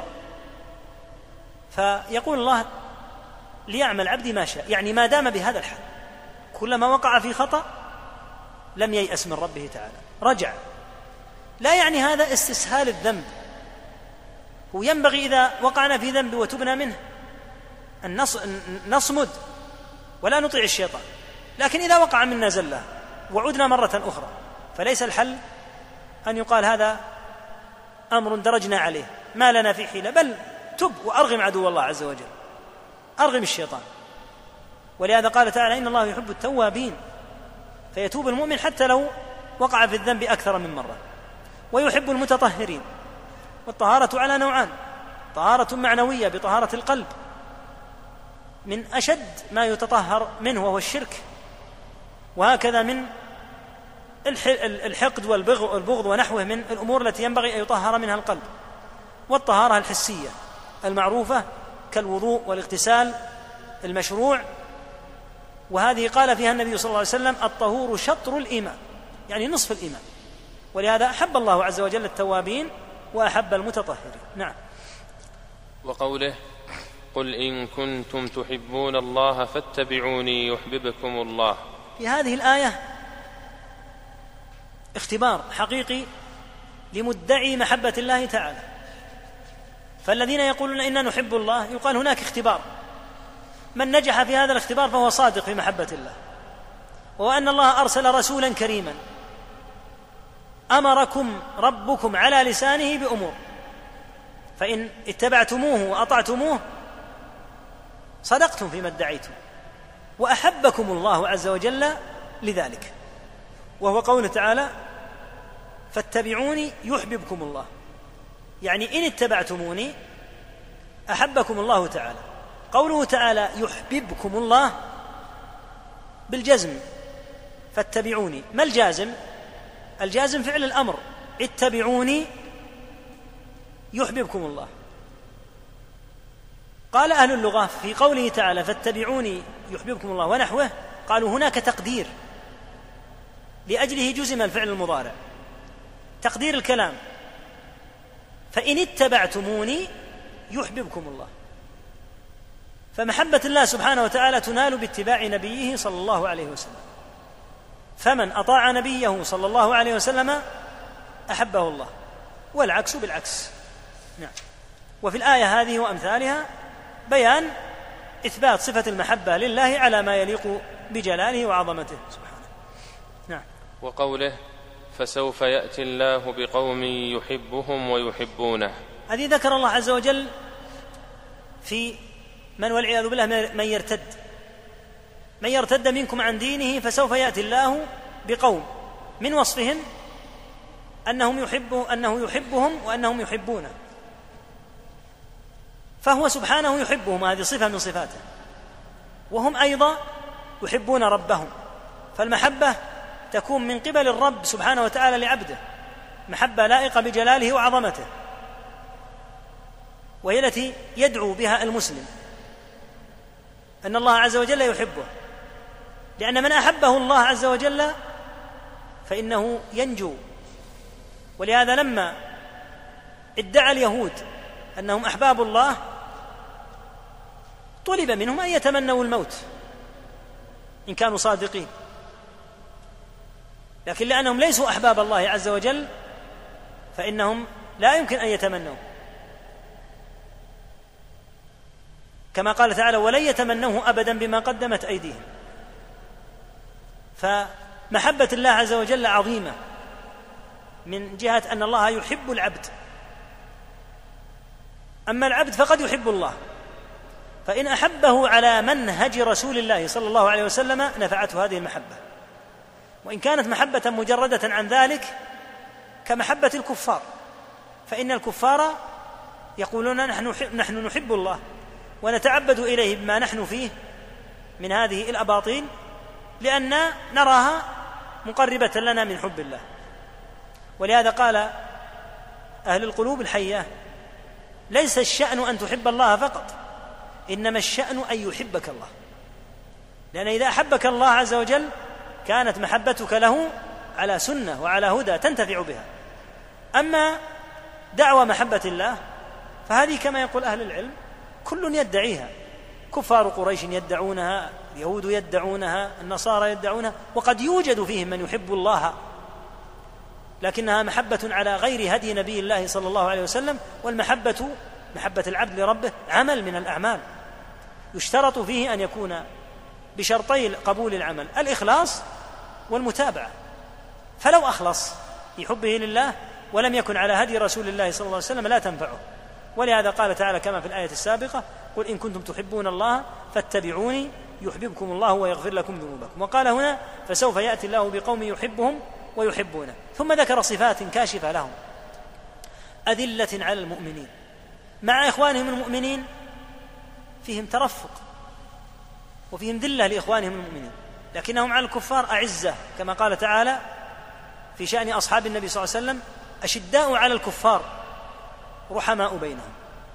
فيقول الله ليعمل عبدي ما شاء، يعني ما دام بهذا الحال كلما وقع في خطأ لم ييأس من ربه تعالى، رجع. لا يعني هذا استسهال الذنب، وينبغي إذا وقعنا في ذنب وتبنا منه أن نصمد ولا نطيع الشيطان، لكن إذا وقع منا زلة وعدنا مرة أخرى فليس الحل أن يقال هذا أمر درجنا عليه ما لنا في حيلة، بل تب وأرغم عدو الله عز وجل، أرغم الشيطان. ولهذا قال تعالى إن الله يحب التوابين، فيتوب المؤمن حتى لو وقع في الذنب أكثر من مرة. ويحب المتطهرين، والطهارة على نوعان: طهارة معنوية بطهارة القلب من أشد ما يتطهر منه وهو الشرك، وهكذا من الحقد والبغض ونحوه من الأمور التي ينبغي أن يطهر منها القلب. والطهارة الحسية المعروفة كالوضوء والاغتسال المشروع، وهذه قال فيها النبي صلى الله عليه وسلم الطهور شطر الإيمان، يعني نصف الإيمان. ولهذا أحب الله عز وجل التوابين وأحب المتطهرين. نعم. وقوله قل إن كنتم تحبون الله فاتبعوني يحببكم الله. في هذه الآية اختبار حقيقي لمدعي محبة الله تعالى. فالذين يقولون إننا نحب الله يقال هناك اختبار، من نجح في هذا الاختبار فهو صادق في محبة الله، وأن الله أرسل رسولا كريما أمركم ربكم على لسانه بأمور، فإن اتبعتموه وأطعتموه صدقتم فيما ادعيتم، وأحبكم الله عز وجل لذلك، وهو قوله تعالى فاتبعوني يحببكم الله، يعني إن اتبعتموني أحبكم الله تعالى. قوله تعالى يحببكم الله بالجزم، فاتبعوني. ما الجازم؟ الجازم فعل الأمر، اتبعوني يحببكم الله. قال أهل اللغة في قوله تعالى فاتبعوني يحببكم الله ونحوه، قالوا هناك تقدير لأجله جزم الفعل المضارع، تقدير الكلام فإن اتبعتموني يحببكم الله. فمحبة الله سبحانه وتعالى تنال باتباع نبيه صلى الله عليه وسلم، فمن أطاع نبيه صلى الله عليه وسلم أحبه الله، والعكس بالعكس. نعم. وفي الآية هذه وأمثالها بيان إثبات صفة المحبة لله على ما يليق بجلاله وعظمته سبحانه. نعم. وقوله فسوف يأتي الله بقوم يحبهم ويحبونه، هذه ذكر الله عز وجل في من والعياذ بالله من يرتد منكم عن دينه فسوف يأتي الله بقوم من وصفهم أنه يحبهم وأنهم يحبونه، فهو سبحانه يحبهم، هذه صفة من صفاته، وهم أيضا يحبون ربهم، فالمحبة تكون من قبل الرب سبحانه وتعالى لعبده، محبة لائقة بجلاله وعظمته، وهي التي يدعو بها المسلم أن الله عز وجل يحبه، لأن من أحبه الله عز وجل فإنه ينجو. ولهذا لما ادعى اليهود أنهم أحباب الله طلب منهم أن يتمنوا الموت إن كانوا صادقين، لكن لأنهم ليسوا أحباب الله عز وجل فإنهم لا يمكن أن يتمنوا، كما قال تعالى ولن يتمنوه أبدا بما قدمت أيديهم. فمحبة الله عز وجل عظيمة من جهة أن الله يحب العبد، أما العبد فقد يحب الله، فإن أحبه على منهج رسول الله صلى الله عليه وسلم نفعته هذه المحبة، وإن كانت محبة مجردة عن ذلك كمحبة الكفار، فإن الكفار يقولون نحن نحب الله ونتعبد إليه بما نحن فيه من هذه الأباطيل لأن نراها مقربة لنا من حب الله. ولهذا قال أهل القلوب الحية ليس الشأن أن تحب الله فقط، إنما الشأن أن يحبك الله، لأن إذا أحبك الله عز وجل كانت محبتك له على سنة وعلى هدى تنتفع بها. أما دعوى محبة الله فهذه كما يقول أهل العلم كل يدعيها، كفار قريش يدعونها، اليهود يدعونها، النصارى يدعونها، وقد يوجد فيهم من يحب الله لكنها محبة على غير هدي نبي الله صلى الله عليه وسلم. والمحبة محبة العبد لربه عمل من الأعمال يشترط فيه أن يكون بشرطي قبول العمل الإخلاص والمتابعة، فلو أخلص في حبه لله ولم يكن على هدي رسول الله صلى الله عليه وسلم لا تنفعه. ولهذا قال تعالى كما في الآية السابقة قل إن كنتم تحبون الله فاتبعوني يحببكم الله ويغفر لكم ذنوبكم. وقال هنا فسوف يأتي الله بقوم يحبهم ويحبونه، ثم ذكر صفات كاشفة لهم: أذلة على المؤمنين، مع إخوانهم المؤمنين فيهم ترفق وفيهم ذلة لإخوانهم المؤمنين، لكنهم على الكفار أعزة، كما قال تعالى في شأن أصحاب النبي صلى الله عليه وسلم: أشداء على الكفار رحماء بينهم.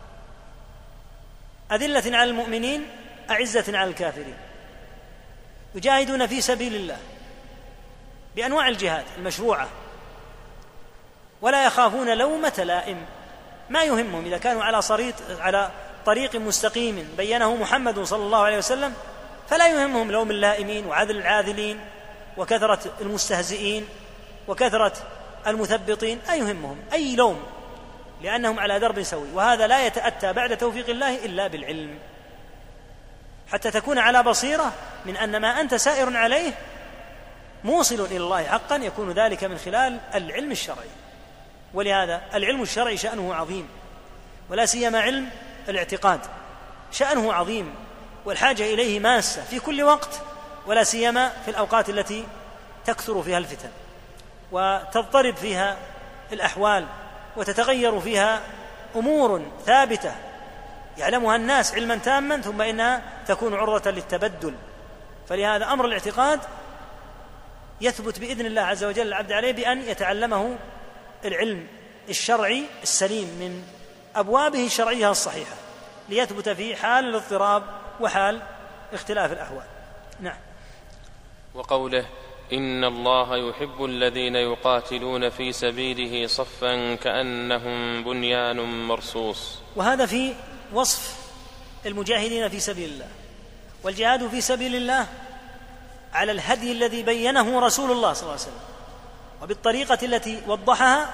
أذلة على المؤمنين أعزة على الكافرين، يجاهدون في سبيل الله بأنواع الجهاد المشروعة ولا يخافون لومة لائم، ما يهمهم إذا كانوا على طريق مستقيم بينه محمد صلى الله عليه وسلم، فلا يهمهم لوم اللائمين وعذل العاذلين وكثرة المستهزئين وكثرة المثبطين، لا يهمهم أي لوم، لأنهم على درب سوي. وهذا لا يتأتى بعد توفيق الله إلا بالعلم، حتى تكون على بصيرة من أن ما أنت سائر عليه موصل إلى الله حقا، يكون ذلك من خلال العلم الشرعي. ولهذا العلم الشرعي شأنه عظيم، ولا سيما علم الاعتقاد شأنه عظيم، والحاجة إليه ماسة في كل وقت، ولا سيما في الأوقات التي تكثر فيها الفتن وتضطرب فيها الأحوال وتتغير فيها أمور ثابتة يعلمها الناس علما تاما ثم إنها تكون عرضة للتبدل. فلهذا أمر الاعتقاد يثبت بإذن الله عز وجل العبد عليه بأن يتعلمه العلم الشرعي السليم من أبوابه الشرعية الصحيحة، ليثبت فيه حال الاضطراب وحال اختلاف الأحوال. نعم. وقوله إن الله يحب الذين يقاتلون في سبيله صفا كأنهم بنيان مرصوص، وهذا في وصف المجاهدين في سبيل الله. والجهاد في سبيل الله على الهدي الذي بينه رسول الله صلى الله عليه وسلم وبالطريقة التي وضحها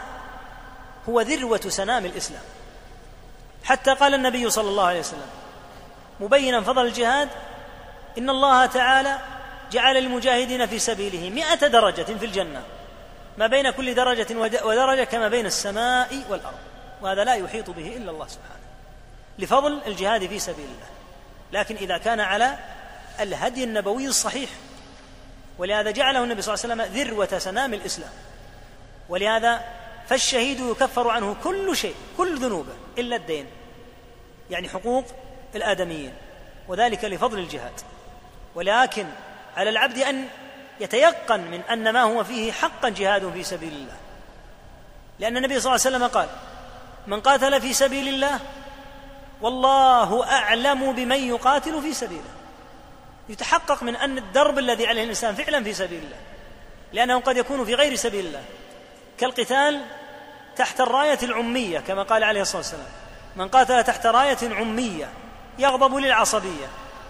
هو ذروة سنام الإسلام، حتى قال النبي صلى الله عليه وسلم مبينا فضل الجهاد: إن الله تعالى جعل للمجاهدين في سبيله 100 درجة في الجنة، ما بين كل درجة ودرجة كما بين السماء والأرض، وهذا لا يحيط به إلا الله سبحانه، لفضل الجهاد في سبيل الله. لكن إذا كان على الهدي النبوي الصحيح، ولهذا جعله النبي صلى الله عليه وسلم ذروة سنام الإسلام. ولهذا فالشهيد يكفر عنه كل شيء، كل ذنوبه إلا الدين، يعني حقوق الآدميين، وذلك لفضل الجهاد. ولكن على العبد أن يتيقن من أن ما هو فيه حقا جهاد في سبيل الله، لأن النبي صلى الله عليه وسلم قال: من قاتل في سبيل الله والله أعلم بمن يقاتل في سبيله. يتحقق من أن الدرب الذي عليه الإنسان فعلا في سبيل الله، لأنه قد يكون في غير سبيل الله، كالقتال تحت الراية العمية، كما قال عليه الصلاة والسلام: من قاتل تحت راية عمية يغضب للعصبية،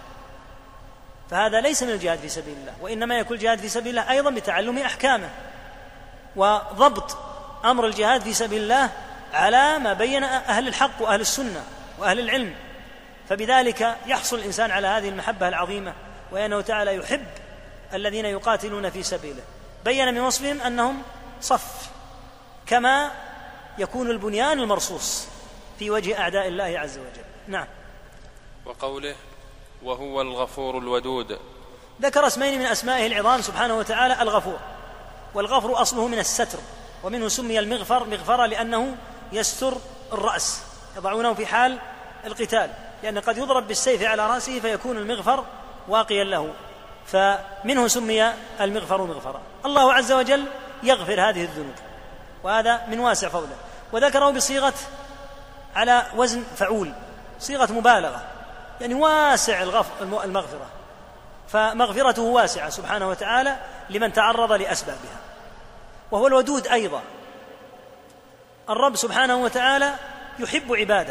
فهذا ليس من الجهاد في سبيل الله، وإنما يكون الجهاد في سبيل الله أيضا بتعلم أحكامه وضبط أمر الجهاد في سبيل الله على ما بين أهل الحق وأهل السنة وأهل العلم. فبذلك يحصل الإنسان على هذه المحبة العظيمة، وأنه تعالى يحب الذين يقاتلون في سبيله. بين من وصفهم أنهم صف، كما يكون البنيان المرصوص في وجه أعداء الله عز وجل. نعم. وقوله: وهو الغفور الودود. ذكر اسمين من أسمائه العظام سبحانه وتعالى: الغفور، والغفر أصله من الستر، ومنه سمي المغفر مغفرة لأنه يستر الرأس، يضعونه في حال القتال، لأن قد يضرب بالسيف على رأسه فيكون المغفر واقيا له، فمنه سمي المغفر مغفرة. الله عز وجل يغفر هذه الذنوب، وهذا من واسع فضله، وذكره بصيغة على وزن فعول، صيغة مبالغة، يعني واسع المغفرة، فمغفرته واسعة سبحانه وتعالى لمن تعرض لأسبابها. وهو الودود أيضا، الرب سبحانه وتعالى يحب عباده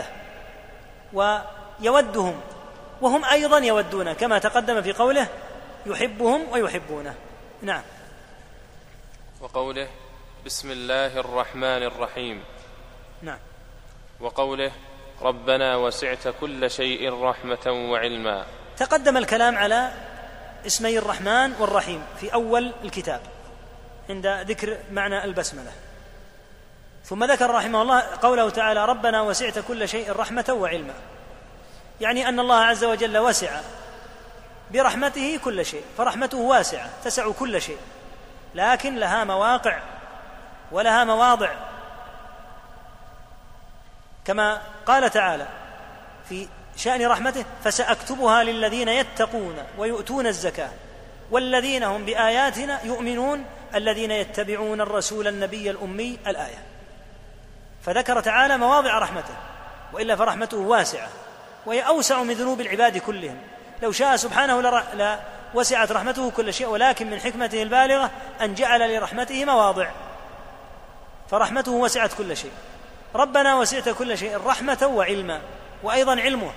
ويودهم، وهم أيضا يودونه، كما تقدم في قوله: يحبهم ويحبونه. نعم. وقوله: بسم الله الرحمن الرحيم. نعم. وقوله: ربنا وسعت كل شيء رحمة وعلما. تقدم الكلام على اسمي الرحمن والرحيم في أول الكتاب عند ذكر معنى البسملة، ثم ذكر رحمه الله قوله تعالى: ربنا وسعت كل شيء رحمة وعلما، يعني أن الله عز وجل وسع برحمته كل شيء، فرحمته واسعة تسع كل شيء، لكن لها مواقع ولها مواضع، كما قال تعالى في شأن رحمته: فسأكتبها للذين يتقون ويؤتون الزكاة والذين هم بآياتنا يؤمنون الذين يتبعون الرسول النبي الأمي. الآية. فذكر تعالى مواضع رحمته، وإلا فرحمته واسعة، وهي أوسع من ذنوب العباد كلهم. لو شاء سبحانه لوسعت رحمته كل شيء، ولكن من حكمته البالغة أن جعل لرحمته مواضع، فرحمته وسعت كل شيء. ربنا وسعت كل شيء رحمة وعلما، وأيضا علمه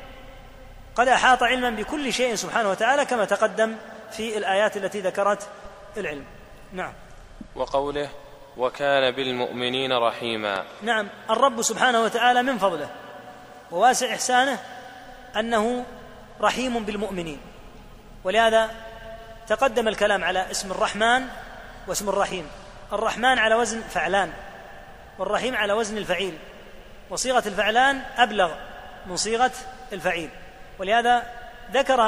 قد أحاط علما بكل شيء سبحانه وتعالى، كما تقدم في الآيات التي ذكرت العلم. نعم. وقوله: وكان بالمؤمنين رحيما. نعم، الرب سبحانه وتعالى من فضله وواسع إحسانه أنه رحيم بالمؤمنين، ولهذا تقدم الكلام على اسم الرحمن واسم الرحيم. الرحمن على وزن فعلان، والرحيم على وزن الفعيل، وصيغة الفعلان أبلغ من صيغة الفعيل، ولهذا ذكر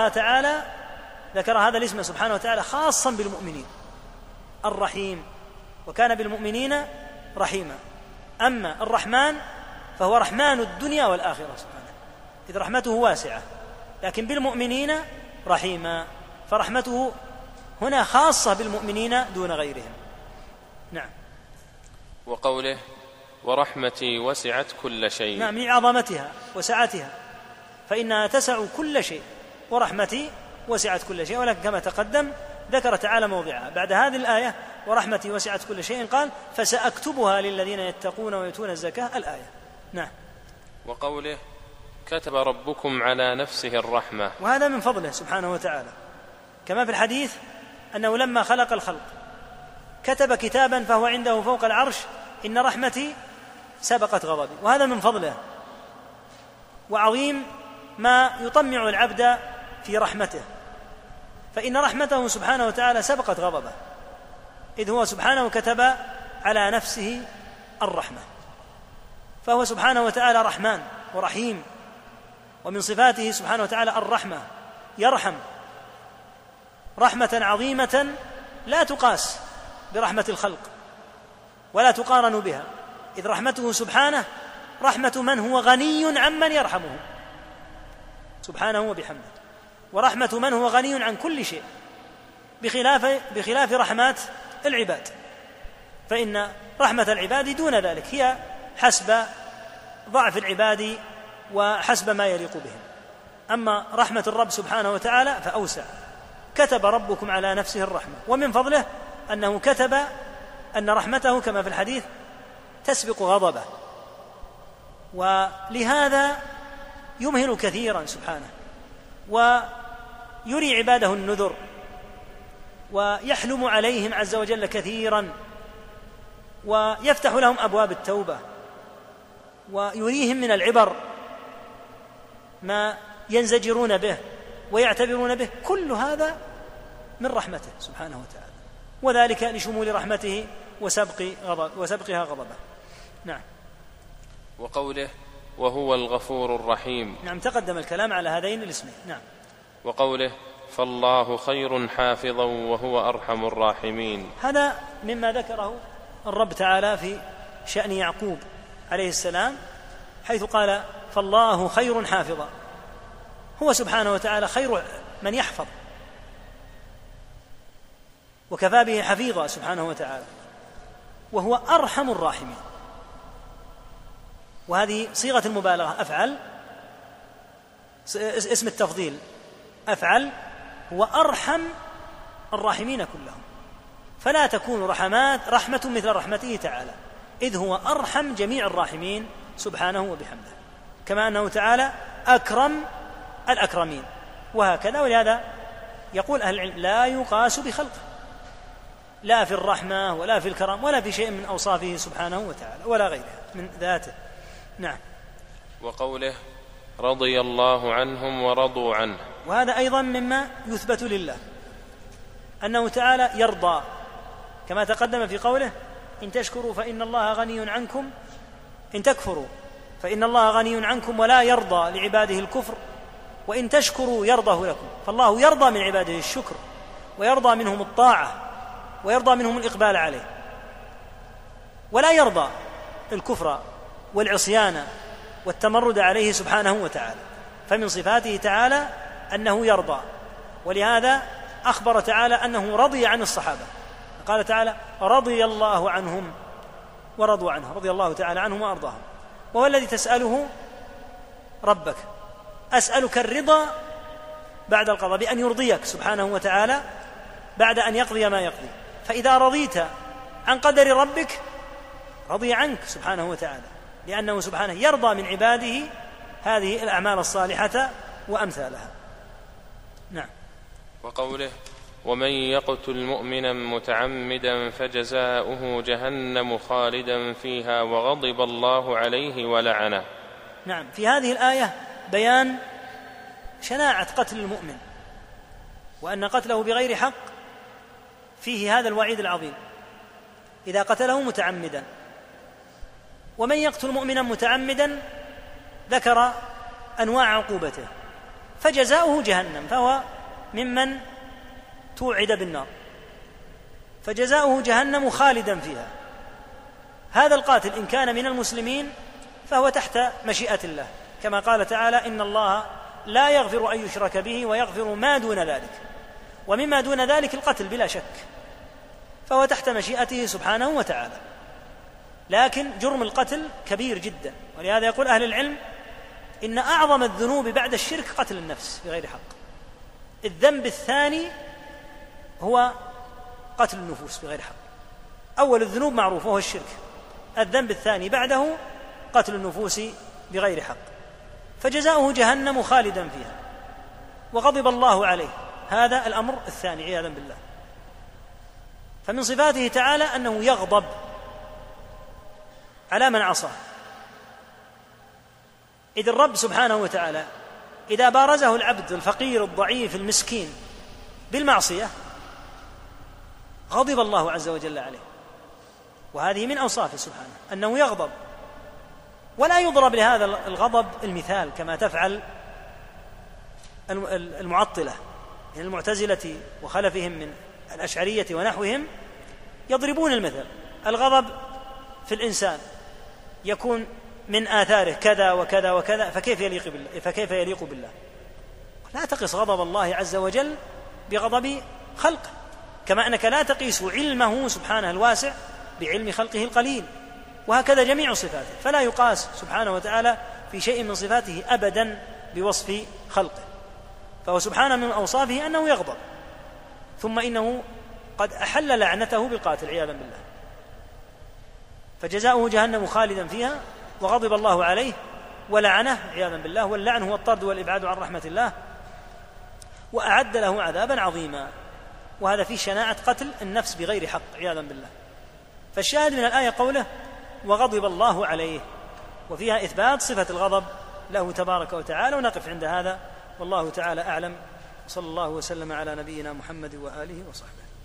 هذا الاسم سبحانه وتعالى خاصا بالمؤمنين، الرحيم، وكان بالمؤمنين رحيما. أما الرحمن فهو رحمن الدنيا والآخرة سبحانه، إذ رحمته واسعة، لكن بالمؤمنين رحيما، فرحمته هنا خاصة بالمؤمنين دون غيرهم. نعم. وقوله: ورحمتي وسعت كل شيء. نعم، لعظمتها وسعتها، فإنها تسع كل شيء، ورحمتي وسعت كل شيء. ولكن كما تقدم ذكر تعالى موضعها بعد هذه الآية: ورحمتي وسعت كل شيء، قال: فسأكتبها للذين يتقون ويؤتون الزكاة. الآية. نعم. وقوله: كتب ربكم على نفسه الرحمة. وهذا من فضله سبحانه وتعالى، كما في الحديث أنه لما خلق الخلق كتب كتابا فهو عنده فوق العرش: إن رحمتي سبقت غضبي. وهذا من فضله وعظيم ما يطمع العبد في رحمته، فإن رحمته سبحانه وتعالى سبقت غضبه، إذ هو سبحانه كتب على نفسه الرحمة، فهو سبحانه وتعالى رحمن ورحيم، ومن صفاته سبحانه وتعالى الرحمة، يرحم رحمة عظيمة لا تقاس برحمة الخلق ولا تقارن بها، إذ رحمته سبحانه رحمة من هو غني عمن يرحمه سبحانه وبحمده، ورحمة من هو غني عن كل شيء، بخلاف رحمات العباد، فإن رحمة العباد دون ذلك، هي حسب ضعف العباد وحسب ما يليق بهم. أما رحمة الرب سبحانه وتعالى فأوسع، كتب ربكم على نفسه الرحمة، ومن فضله أنه كتب أن رحمته كما في الحديث تسبق غضبه، ولهذا يمهل كثيرا سبحانه، ويري عباده النذر، ويحلم عليهم عز وجل كثيرا، ويفتح لهم أبواب التوبة، ويريهم من العبر ما ينزجرون به ويعتبرون به، كل هذا من رحمته سبحانه وتعالى، وذلك لشمول رحمته وسبقها غضبه. نعم. وقوله وهو الغفور الرحيم. نعم، تقدم الكلام على هذين الاسمين. نعم. وقوله فالله خير حافظا وهو أرحم الراحمين. هذا مما ذكره الرب تعالى في شأن يعقوب عليه السلام، حيث قال فالله خير حافظا، هو سبحانه وتعالى خير من يحفظ، وكفى به حفيظا سبحانه وتعالى، وهو أرحم الراحمين. وهذه صيغة المبالغة، أفعل اسم التفضيل، أفعل، هو أرحم الراحمين كلهم، فلا تكون رحمة مثل رحمته تعالى، إذ هو أرحم جميع الراحمين سبحانه وبحمده، كما أنه تعالى أكرم الأكرمين، وهكذا. ولهذا يقول أهل العلم لا يقاس بخلقه، لا في الرحمة ولا في الكرم ولا في شيء من أوصافه سبحانه وتعالى ولا غيرها من ذاته. نعم. وقوله رضي الله عنهم ورضوا عنه، وهذا أيضا مما يثبت لله، أنه تعالى يرضى، كما تقدم في قوله إن تشكروا فإن الله غني عنكم، إن تكفروا فإن الله غني عنكم ولا يرضى لعباده الكفر، وإن تشكروا يرضه لكم، فالله يرضى من عباده الشكر، ويرضى منهم الطاعة، ويرضى منهم الإقبال عليه، ولا يرضى الكفر والعصيان والتمرد عليه سبحانه وتعالى، فمن صفاته تعالى أنه يرضى، ولهذا أخبر تعالى أنه رضي عن الصحابة، قال تعالى رضي الله عنهم ورضوا عنه، رضي الله تعالى عنهم وأرضاهم. وهو الذي تسأله ربك، أسألك الرضا بعد القضاء، بأن يرضيك سبحانه وتعالى بعد أن يقضي ما يقضي، فإذا رضيت عن قدر ربك رضي عنك سبحانه وتعالى، لأنه سبحانه يرضى من عباده هذه الأعمال الصالحة وأمثالها. نعم. وقوله ومن يقتل مؤمنا متعمدا فجزاؤه جهنم خالدا فيها وغضب الله عليه ولعنه. نعم، في هذه الآية بيان شناعة قتل المؤمن، وأن قتله بغير حق فيه هذا الوعيد العظيم إذا قتله متعمدا. ومن يقتل مؤمنا متعمدا ذكر أنواع عقوبته، فجزاؤه جهنم، فهو ممن توعد بالنار، فجزاؤه جهنم خالدا فيها. هذا القاتل إن كان من المسلمين فهو تحت مشيئة الله، كما قال تعالى إن الله لا يغفر أن يشرك به ويغفر ما دون ذلك، ومما دون ذلك القتل بلا شك، فهو تحت مشيئته سبحانه وتعالى. لكن جرم القتل كبير جدا، ولهذا يقول أهل العلم إن أعظم الذنوب بعد الشرك قتل النفس بغير حق. الذنب الثاني هو قتل النفوس بغير حق. أول الذنوب معروف وهو الشرك، الذنب الثاني بعده قتل النفوس بغير حق، فجزاؤه جهنم خالدا فيها وغضب الله عليه. هذا الأمر الثاني عياذا بالله. فمن صفاته تعالى أنه يغضب على من عصاه، إذ الرب سبحانه وتعالى إذا بارزه العبد الفقير الضعيف المسكين بالمعصية غضب الله عز وجل عليه، وهذه من أوصافه سبحانه أنه يغضب. ولا يضرب لهذا الغضب المثال كما تفعل المعطلة من المعتزلة وخلفهم من الأشعرية ونحوهم، يضربون المثل. الغضب في الإنسان يكون من آثاره كذا وكذا وكذا، فكيف يليق بالله؟ لا تقس غضب الله عز وجل بغضب خلقه، كما أنك لا تقيس علمه سبحانه الواسع بعلم خلقه القليل، وهكذا جميع صفاته، فلا يقاس سبحانه وتعالى في شيء من صفاته أبدا بوصف خلقه. فهو سبحانه من أوصافه أنه يغضب، ثم إنه قد أحل لعنته بالقاتل عياذا بالله، فجزاؤه جهنم خالدا فيها، وغضب الله عليه ولعنه عياذا بالله، واللعن هو الطرد والإبعاد عن رحمة الله، وأعد له عذابا عظيما. وهذا في شناعة قتل النفس بغير حق عياذا بالله. فالشاهد من الآية قوله وغضب الله عليه، وفيها إثبات صفة الغضب له تبارك وتعالى. ونقف عند هذا، والله تعالى أعلم، صلى الله وسلم على نبينا محمد وآله وصحبه.